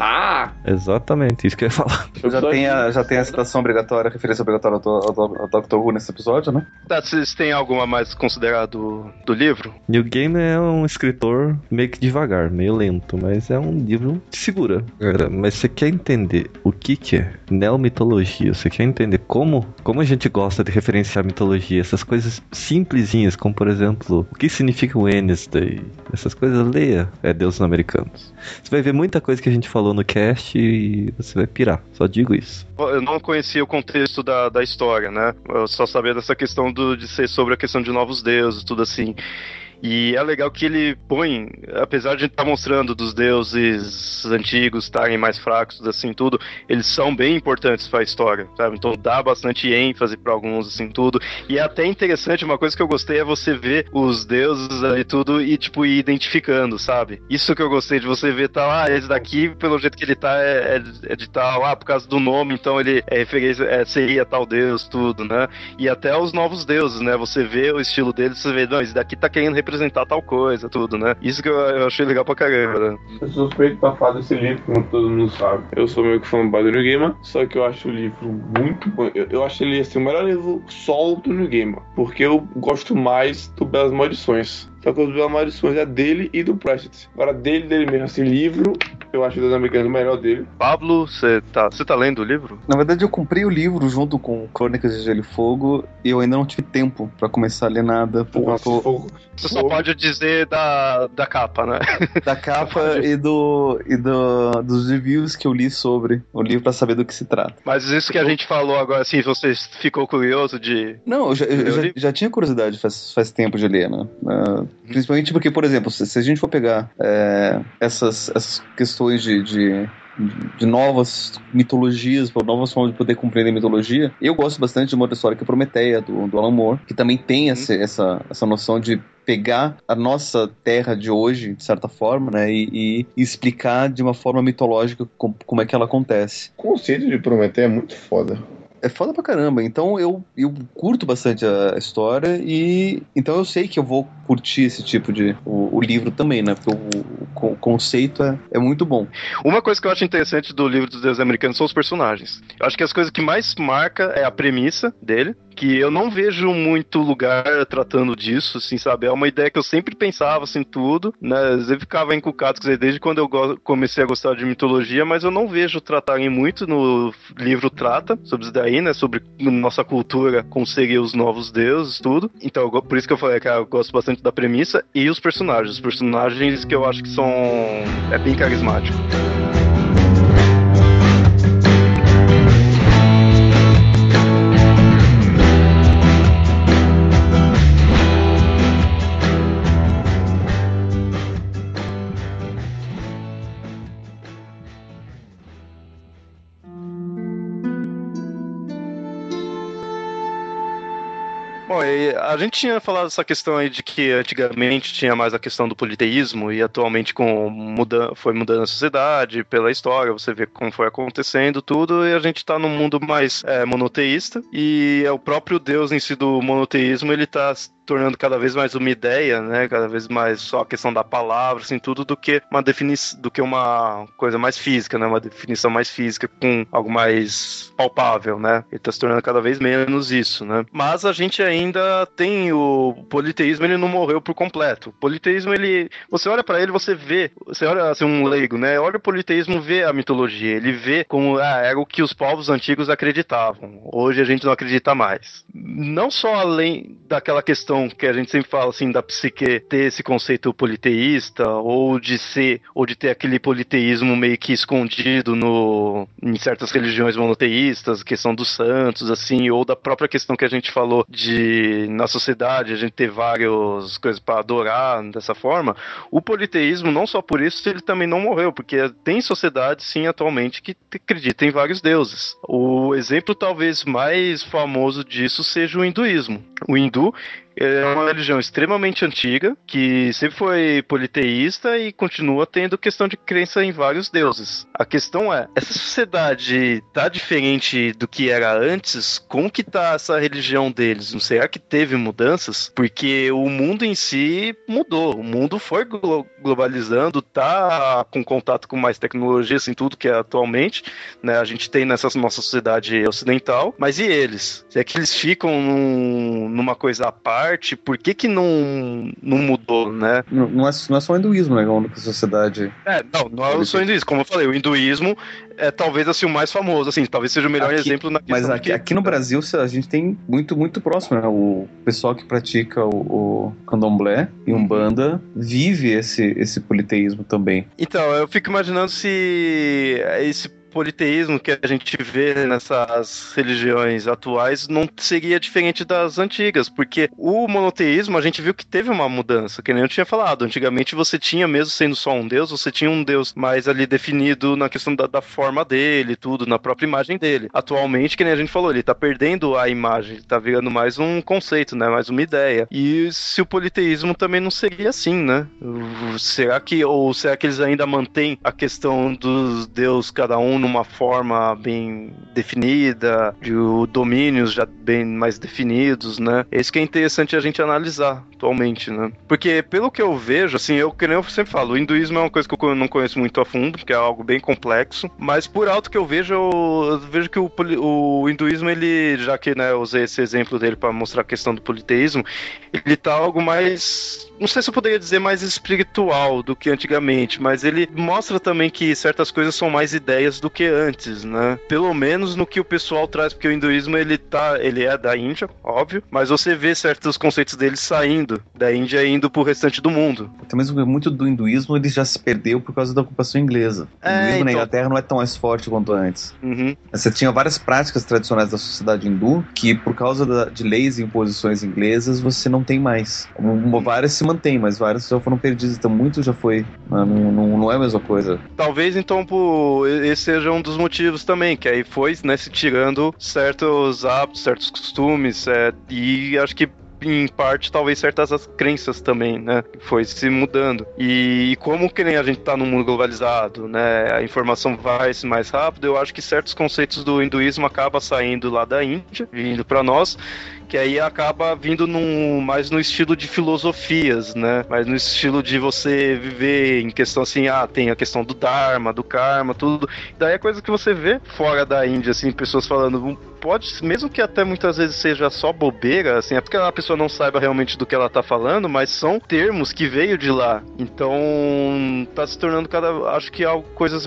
Exatamente, isso que eu ia falar. Já tem a citação obrigatória, a referência obrigatória ao Dr. Who nesse episódio, né? Tá, vocês têm alguma mais considerado do livro? Neil Gaiman é um escritor meio que devagar, meio lento, mas é um livro que segura. Cara, mas você quer entender o que é neomitologia? Você quer entender como a gente gosta de referenciar mitologia? Essas coisas simplesinhas, como por exemplo, o que significa o Wednesday? Essas coisas, leia Deuses Americanos. Você vai ver muita coisa que a gente falou no cast e você vai pirar, só digo isso. Eu não conhecia o contexto da história, né? Eu só sabia dessa questão de ser sobre a questão de novos deuses, tudo assim. E é legal que ele põe, apesar de estar mostrando dos deuses antigos estarem mais fracos, assim, tudo, eles são bem importantes para a história, sabe? Então dá bastante ênfase para alguns, assim, tudo. E é até interessante, uma coisa que eu gostei é você ver os deuses ali, tudo, e, tipo, ir identificando, sabe? Isso que eu gostei de você ver, tal, esse daqui, pelo jeito que ele tá, é de tal, por causa do nome, então ele é referência, seria tal deus, tudo, né? E até os novos deuses, né? Você vê o estilo deles, você vê, não, esse daqui tá querendo representar tal coisa, tudo, né? Isso que eu achei legal pra caramba, né? Eu sou suspeito pra falar desse livro, como todo mundo sabe. Eu sou meio que fã do Neil Gaiman, só que eu acho o livro muito bom. Eu acho ele, assim, o melhor livro solo do Neil Gaiman, porque eu gosto mais do Belas Maldições. Só que os Belas Maldições é dele e do Pratchett. Agora, dele mesmo, assim, livro, eu acho o Deus Americano o melhor dele. Pablo, você tá lendo o livro? Na verdade, eu comprei o livro junto com Crônicas de Gelo e Fogo e eu ainda não tive tempo pra começar a ler nada. Você só pode dizer da capa, né? Da capa e dos reviews que eu li sobre o livro pra saber do que se trata. Mas isso que a gente falou agora, assim, você ficou curioso de... Não, eu já tinha curiosidade faz tempo de ler, né? Principalmente porque, por exemplo, se a gente for pegar essas questões de novas mitologias, novas formas de poder compreender mitologia, eu gosto bastante de uma outra história que é Prometeia, do Alan Moore, que também tem essa noção de pegar a nossa terra de hoje, de certa forma, né, e explicar de uma forma mitológica como é que ela acontece. O conceito de Prometeia é muito foda. É foda pra caramba, então eu curto bastante a história e então eu sei que eu vou curtir esse tipo de o livro também, né, porque o conceito é muito bom. Uma coisa que eu acho interessante do livro dos deuses americanos são os personagens. Eu acho que as coisas que mais marca é a premissa dele, que eu não vejo muito lugar tratando disso, assim, sabe? É uma ideia que eu sempre pensava, assim, tudo, né? Eu ficava encucado com isso desde quando eu comecei a gostar de mitologia, mas eu não vejo tratarem muito no livro trata sobre isso daí, né? Sobre nossa cultura, como seriam os novos deuses, tudo. Então, por isso que eu falei que eu gosto bastante da premissa e os personagens. Os personagens que eu acho que são... é bem carismático. Bom, a gente tinha falado essa questão aí de que antigamente tinha mais a questão do politeísmo e atualmente foi mudando a sociedade pela história, você vê como foi acontecendo tudo e a gente tá num mundo mais monoteísta e o próprio Deus em si do monoteísmo, ele tá se tornando cada vez mais uma ideia, né, cada vez mais só a questão da palavra, assim, tudo do que uma coisa mais física, né, uma definição mais física com algo mais palpável, né, ele tá se tornando cada vez menos isso, né, mas a gente ainda ainda tem o politeísmo, ele não morreu por completo. O politeísmo, você olha pra ele, você vê, você olha assim, um leigo, né? Olha o politeísmo, vê a mitologia, ele vê como era o que os povos antigos acreditavam. Hoje a gente não acredita mais. Não só além daquela questão que a gente sempre fala assim da psique ter esse conceito politeísta ou de ter aquele politeísmo meio que escondido em certas religiões monoteístas, questão dos santos, assim, ou da própria questão que a gente falou de na sociedade a gente ter várias coisas para adorar dessa forma. O politeísmo, não só por isso, ele também não morreu, porque tem sociedades sim atualmente que acreditam em vários deuses. O exemplo talvez mais famoso disso seja o hinduísmo. O hindu é uma religião extremamente antiga, que sempre foi politeísta e continua tendo questão de crença em vários deuses. A questão é, essa sociedade tá diferente do que era antes? Como que tá essa religião deles? Não será que teve mudanças? Porque o mundo em si mudou, o mundo foi globalizando, tá com contato com mais tecnologia, assim, tudo que é atualmente, né? A gente tem nessa nossa sociedade ocidental, mas e eles? Será que eles ficam numa coisa à parte? Por que não mudou, né? Não é só o hinduísmo, né? A sociedade... Não é só o hinduísmo. Como eu falei, o hinduísmo é talvez assim o mais famoso, assim, talvez seja o melhor exemplo na questão. Mas aqui no Brasil a gente tem muito, muito próximo, né? O pessoal que pratica o candomblé e umbanda vive esse politeísmo também. Então, eu fico imaginando se esse politeísmo que a gente vê nessas religiões atuais não seria diferente das antigas, porque o monoteísmo a gente viu que teve uma mudança, que nem eu tinha falado. Antigamente você tinha, mesmo sendo só um deus, você tinha um deus mais ali definido na questão da forma dele, tudo, na própria imagem dele. Atualmente, que nem a gente falou, ele tá perdendo a imagem, ele tá virando mais um conceito, né, mais uma ideia. E se o politeísmo também não seria assim, né? Será que eles ainda mantêm a questão dos deuses, cada um numa forma bem definida, de domínios já bem mais definidos, né? É isso que é interessante a gente analisar atualmente, né? Porque, pelo que eu vejo, assim, que nem eu sempre falo, o hinduísmo é uma coisa que eu não conheço muito a fundo, porque é algo bem complexo, mas por alto que eu vejo que o hinduísmo, ele, já que, né, eu usei esse exemplo dele para mostrar a questão do politeísmo, ele tá algo mais... Não sei se eu poderia dizer mais espiritual do que antigamente, mas ele mostra também que certas coisas são mais ideias do que antes, né? Pelo menos no que o pessoal traz, porque o hinduísmo ele é da Índia, óbvio, mas você vê certos conceitos dele saindo da Índia e indo pro restante do mundo. Até mesmo muito do hinduísmo ele já se perdeu por causa da ocupação inglesa. O hinduísmo na Inglaterra não é tão mais forte quanto antes. Uhum. Você tinha várias práticas tradicionais da sociedade hindu que, por causa de leis e imposições inglesas, você não tem mais. Várias se mantém, mas várias já foram perdidas, então muito já foi. Não é a mesma coisa. Talvez então esse seja um dos motivos também, que aí foi, né, se tirando certos hábitos, certos costumes, e acho que em parte, talvez certas crenças também, né? Foi se mudando. E como que nem a gente tá num mundo globalizado, né? A informação vai mais rápido, eu acho que certos conceitos do hinduísmo acabam saindo lá da Índia, vindo para nós, que aí acaba vindo mais no estilo de filosofias, né? Mais no estilo de você viver em questão assim, tem a questão do Dharma, do Karma, tudo. Daí é coisa que você vê fora da Índia, assim, pessoas falando, mesmo que até muitas vezes seja só bobeira, assim, é porque a pessoa não saiba realmente do que ela tá falando, mas são termos que veio de lá. Então, tá se tornando acho que coisas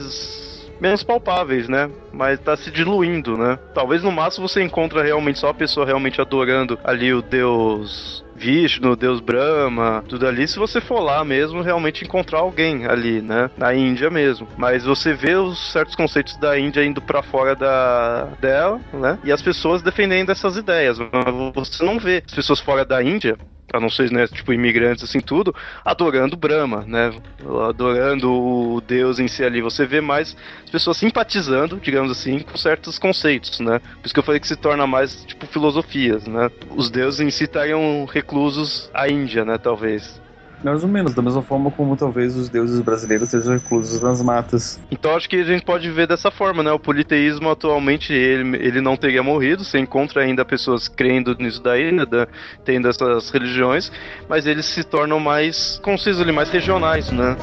menos palpáveis, né? Mas tá se diluindo, né? Talvez no máximo você encontra realmente só a pessoa realmente adorando ali o deus Vishnu, o deus Brahma, tudo ali, se você for lá mesmo, realmente encontrar alguém ali, né? Na Índia mesmo. Mas você vê os certos conceitos da Índia indo pra fora dela, né? E as pessoas defendendo essas ideias. Mas você não vê as pessoas fora da Índia, a não ser, né, tipo, imigrantes, assim, tudo, adorando Brahma, né, adorando o Deus em si ali. Você vê mais as pessoas simpatizando, digamos assim, com certos conceitos, né, por isso que eu falei que se torna mais, tipo, filosofias, né, os deuses em si estariam reclusos à Índia, né, talvez. Mais ou menos, da mesma forma como talvez os deuses brasileiros sejam reclusos nas matas. Então acho que a gente pode ver dessa forma, né? O politeísmo atualmente, ele não teria morrido, você encontra ainda pessoas crendo nisso daí, né? Tendo essas religiões, mas eles se tornam mais concisos ali, mais regionais, né?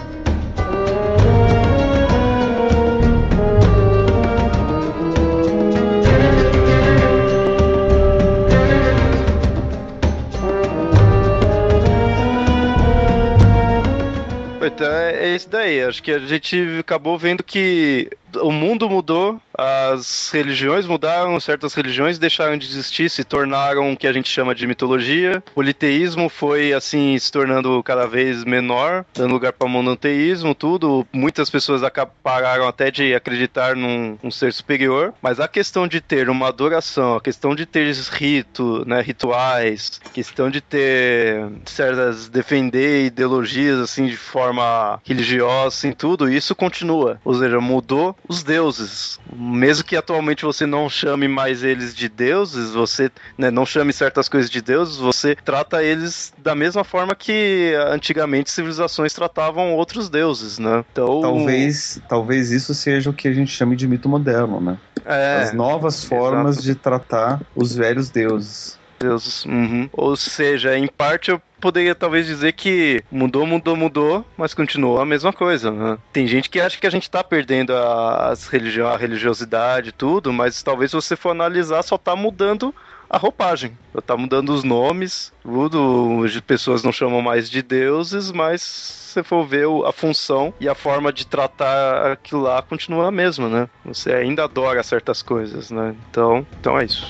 Então é isso daí. Acho que a gente acabou vendo que o mundo mudou, as religiões mudaram, certas religiões deixaram de existir, se tornaram o que a gente chama de mitologia. O politeísmo foi, assim, se tornando cada vez menor, dando lugar para monoteísmo, tudo. Muitas pessoas pararam até de acreditar num ser superior, mas a questão de ter uma adoração, a questão de ter rituais, a questão de ter defender ideologias, assim, de forma religiosa, assim, tudo, isso continua. Ou seja, mudou os deuses. Mesmo que atualmente você não chame mais eles de deuses, você não chame certas coisas de deuses, você trata eles da mesma forma que antigamente civilizações tratavam outros deuses, né? Então... Talvez isso seja o que a gente chame de mito moderno, né? As novas formas de tratar os velhos deuses. Uhum. Ou seja, em parte eu poderia talvez dizer que mudou, mas continuou a mesma coisa, né? Tem gente que acha que a gente tá perdendo a religiosidade e tudo, mas talvez se você for analisar, só tá mudando a roupagem. Tá mudando os nomes, tudo. As pessoas não chamam mais de deuses, mas se você for ver a função e a forma de tratar aquilo lá continua a mesma, né? Você ainda adora certas coisas, né? Então é isso.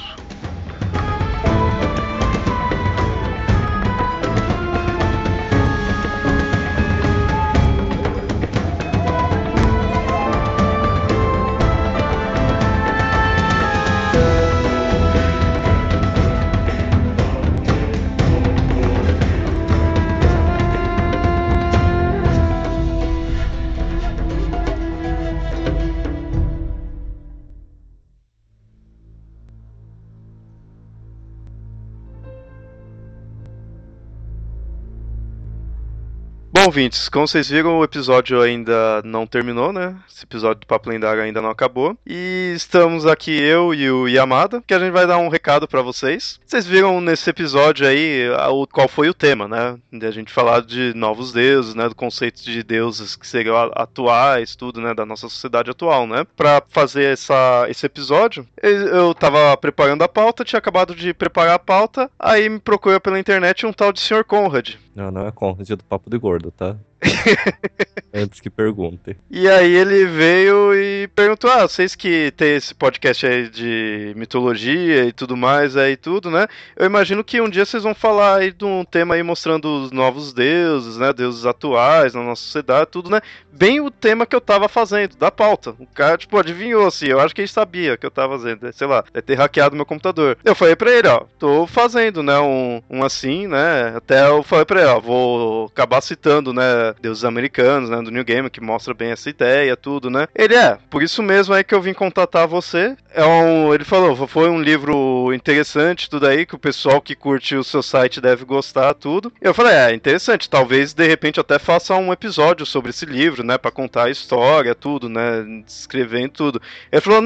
Bom, ouvintes, como vocês viram, o episódio ainda não terminou, né? Esse episódio do Papo Lendário ainda não acabou. E estamos aqui, eu e o Yamada, que a gente vai dar um recado pra vocês. Vocês viram nesse episódio aí qual foi o tema, né? De a gente falar de novos deuses, né? Do conceito de deuses que seriam atuais, tudo, né? Da nossa sociedade atual, né? Pra fazer esse episódio, eu tava preparando a pauta, tinha acabado de preparar a pauta, aí me procurou pela internet um tal de Sr. Conrad. Não é Conrad, é do Papo de Gordo, tá? Antes que pergunte. E aí ele veio e perguntou: vocês que tem esse podcast aí de mitologia e tudo mais aí tudo, né? Eu imagino que um dia vocês vão falar aí de um tema aí mostrando os novos deuses, né? Deuses atuais na nossa sociedade, tudo, né? Bem o tema que eu tava fazendo, da pauta. O cara, tipo, adivinhou, assim, eu acho que ele sabia que eu tava fazendo, sei lá, deve ter hackeado meu computador. Eu falei pra ele, tô fazendo, né, um assim, né? Até eu falei pra ele, vou acabar citando, né, deuses americanos, né, do New Game, que mostra bem essa ideia, tudo, né? Ele por isso mesmo aí que eu vim contatar você. Ele falou, foi um livro interessante, tudo aí, que o pessoal que curte o seu site deve gostar, tudo. Eu falei, interessante, talvez de repente até faça um episódio sobre esse livro, né, pra contar a história, tudo, né, escrevendo tudo. Ele falou,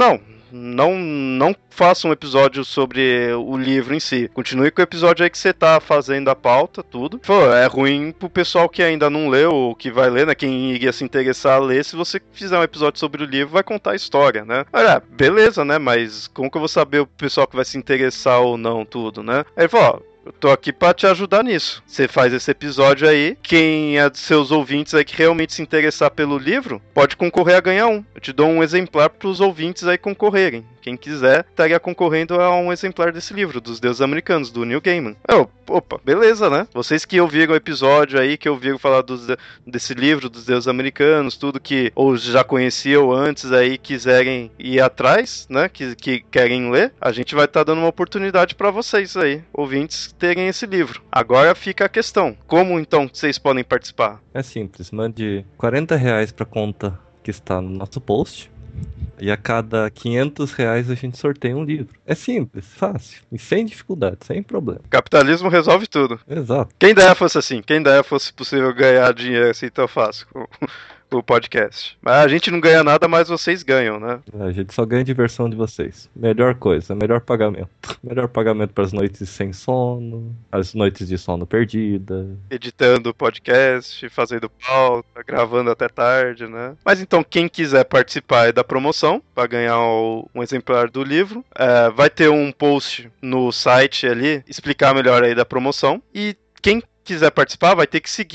não faça um episódio sobre o livro em si. Continue com o episódio aí que você tá fazendo a pauta, tudo. Falou, é ruim pro pessoal que ainda não leu, ou que vai ler, né? Quem iria se interessar a ler, se você fizer um episódio sobre o livro, vai contar a história, né? Olha, beleza, né? Mas como que eu vou saber o pessoal que vai se interessar ou não, tudo, né? Aí ele falou, eu tô aqui pra te ajudar nisso. Você faz esse episódio aí. Quem é dos seus ouvintes aí que realmente se interessar pelo livro, pode concorrer a ganhar um. Eu te dou um exemplar pros ouvintes aí concorrerem. Quem quiser, estaria concorrendo a um exemplar desse livro, dos deuses americanos, do Neil Gaiman. Opa, beleza, né? Vocês que ouviram o episódio aí, que ouviram falar desse livro, dos deuses americanos, tudo que ou já conheciam antes aí, quiserem ir atrás, né? Que querem ler, a gente vai estar dando uma oportunidade pra vocês aí, ouvintes, terem esse livro. Agora fica a questão, como então vocês podem participar? É simples, mande R$40 pra conta que está no nosso post. E a cada R$500 a gente sorteia um livro. É simples, fácil. E sem dificuldade, sem problema. Capitalismo resolve tudo. Exato. Quem dera fosse assim. Quem dera fosse possível ganhar dinheiro assim tão fácil com o podcast. Mas a gente não ganha nada, mas vocês ganham, né? A gente só ganha diversão de vocês. Melhor coisa, melhor pagamento. Melhor pagamento para as noites sem sono, as noites de sono perdida. Editando o podcast, fazendo pauta, gravando até tarde, né? Mas então, quem quiser participar da promoção, para ganhar um exemplar do livro, vai ter um post no site ali, explicar melhor aí da promoção. E quem quiser participar vai ter que seguir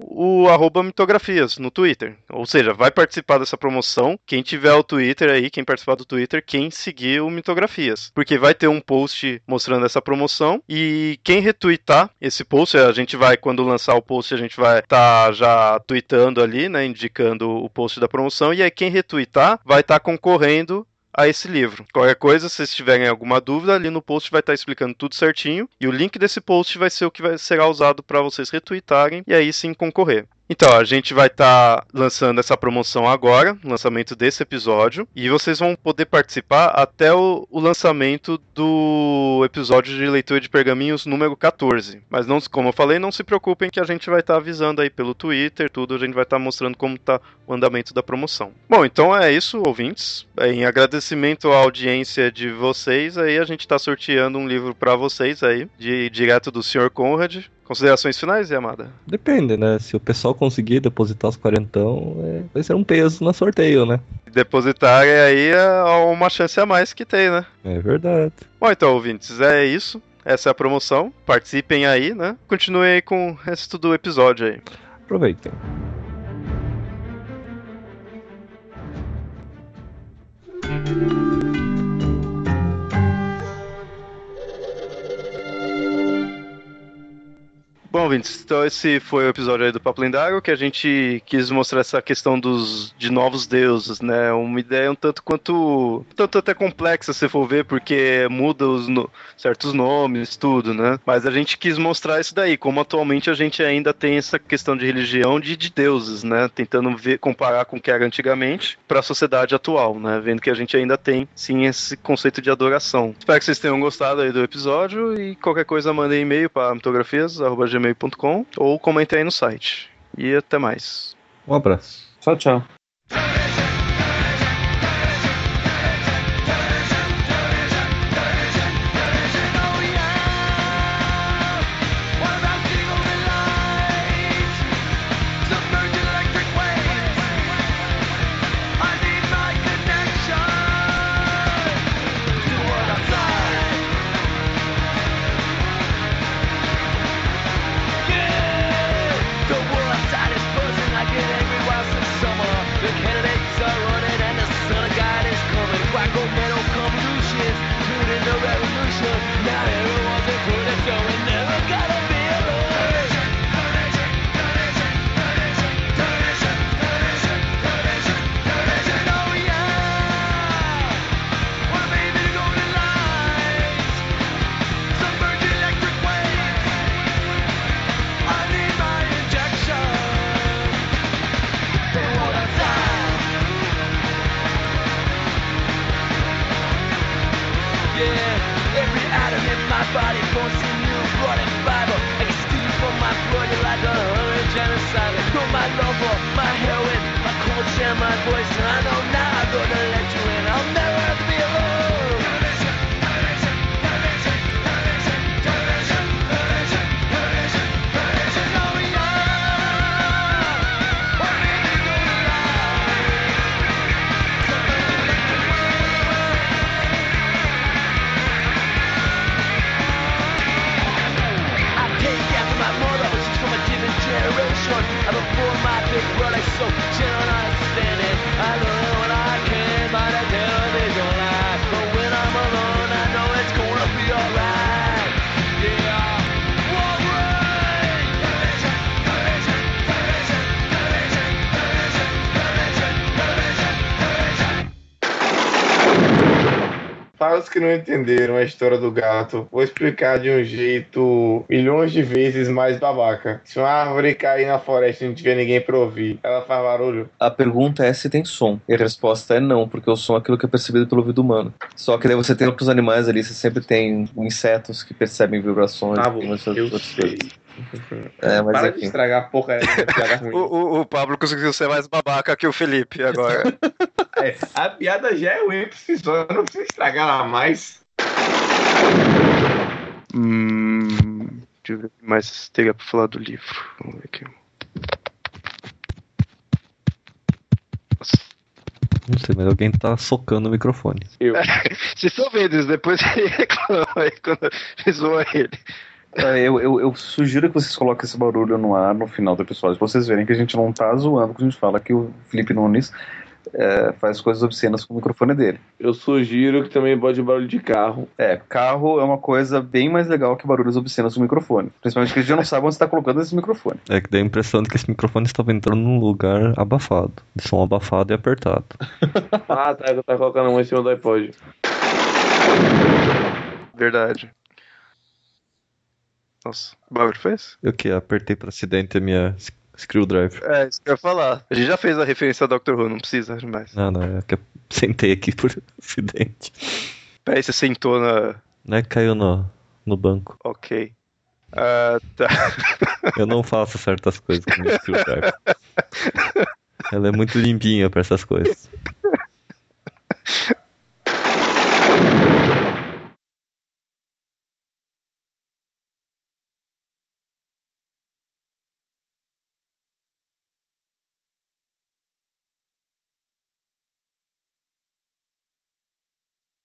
o @mitografias no Twitter. Ou seja, vai participar dessa promoção quem tiver o Twitter aí, quem participar do Twitter, quem seguir o Mitografias. Porque vai ter um post mostrando essa promoção e quem retweetar esse post, a gente vai, quando lançar o post, a gente vai estar já tweetando ali, né, indicando o post da promoção, e aí quem retweetar vai estar concorrendo a esse livro. Qualquer coisa, se vocês tiverem alguma dúvida, ali no post vai estar explicando tudo certinho, e o link desse post vai ser o que será usado para vocês retweetarem e aí sim concorrer. Então, a gente vai estar lançando essa promoção agora, no lançamento desse episódio, e vocês vão poder participar até o lançamento do episódio de leitura de pergaminhos número 14. Mas, não, como eu falei, não se preocupem que a gente vai estar avisando aí pelo Twitter, tudo, a gente vai estar mostrando como está o andamento da promoção. Bom, então é isso, ouvintes. Em agradecimento à audiência de vocês, aí a gente está sorteando um livro para vocês aí, direto do Sr. Conrad. Considerações finais, Yamada? Depende, né? Se o pessoal conseguir depositar os 40, vai ser um peso no sorteio, né? Depositar aí é uma chance a mais que tem, né? É verdade. Bom, então, ouvintes, é isso. Essa é a promoção. Participem aí, né? Continuem aí com o resto do episódio aí. Aproveitem. Bom, ouvintes, então esse foi o episódio aí do Papo Lendário, que a gente quis mostrar essa questão de novos deuses, né? Uma ideia um tanto quanto até complexa, se for ver, porque muda certos nomes, tudo, né? Mas a gente quis mostrar isso daí, como atualmente a gente ainda tem essa questão de religião de deuses, né? Tentando comparar com o que era antigamente para a sociedade atual, né? Vendo que a gente ainda tem, sim, esse conceito de adoração. Espero que vocês tenham gostado aí do episódio e qualquer coisa mandem e-mail para mitografias@gmail.com ou comentem aí no site. E até mais. Um abraço. Tchau, tchau. Para os que não entenderam a história do gato, vou explicar de um jeito milhões de vezes mais babaca. Se uma árvore cair na floresta e não tiver ninguém pra ouvir, ela faz barulho? A pergunta é se tem som. E a resposta é não, porque o som é aquilo que é percebido pelo ouvido humano. Só que daí você tem outros animais ali, você sempre tem insetos que percebem vibrações. Eu sei. Mas para enfim. de estragar a porra dessa piada ruim. O Pablo conseguiu ser mais babaca que o Felipe agora. A piada já é ruim por si só, eu não preciso estragar ela mais. Deixa eu ver o que mais teria pra falar do livro. Vamos ver aqui. Nossa. Não sei, mas alguém tá socando o microfone. Eu. Vocês estão vendo isso, depois ele reclama aí quando zoa ele. Eu sugiro que vocês coloquem esse barulho no ar no final do episódio, pra vocês verem que a gente não tá zoando quando a gente fala que o Felipe Nunes faz coisas obscenas com o microfone dele. Eu sugiro que também bote barulho de carro. Carro é uma coisa bem mais legal que barulhos obscenos no microfone. Principalmente que a gente não sabe onde você tá colocando esse microfone. É que dá a impressão de que esse microfone estava entrando num lugar abafado. De som abafado e apertado. Tá colocando a mão em cima do iPod. Verdade. Nossa, que barulho fez? Eu que apertei por acidente a minha screwdriver. É, isso que eu ia falar. A gente já fez a referência ao Doctor Who, não precisa mais. Não, é que eu sentei aqui por acidente. Peraí, você sentou na... Não é que caiu no banco. Ok. Tá. Eu não faço certas coisas com o screwdriver. Ela é muito limpinha pra essas coisas.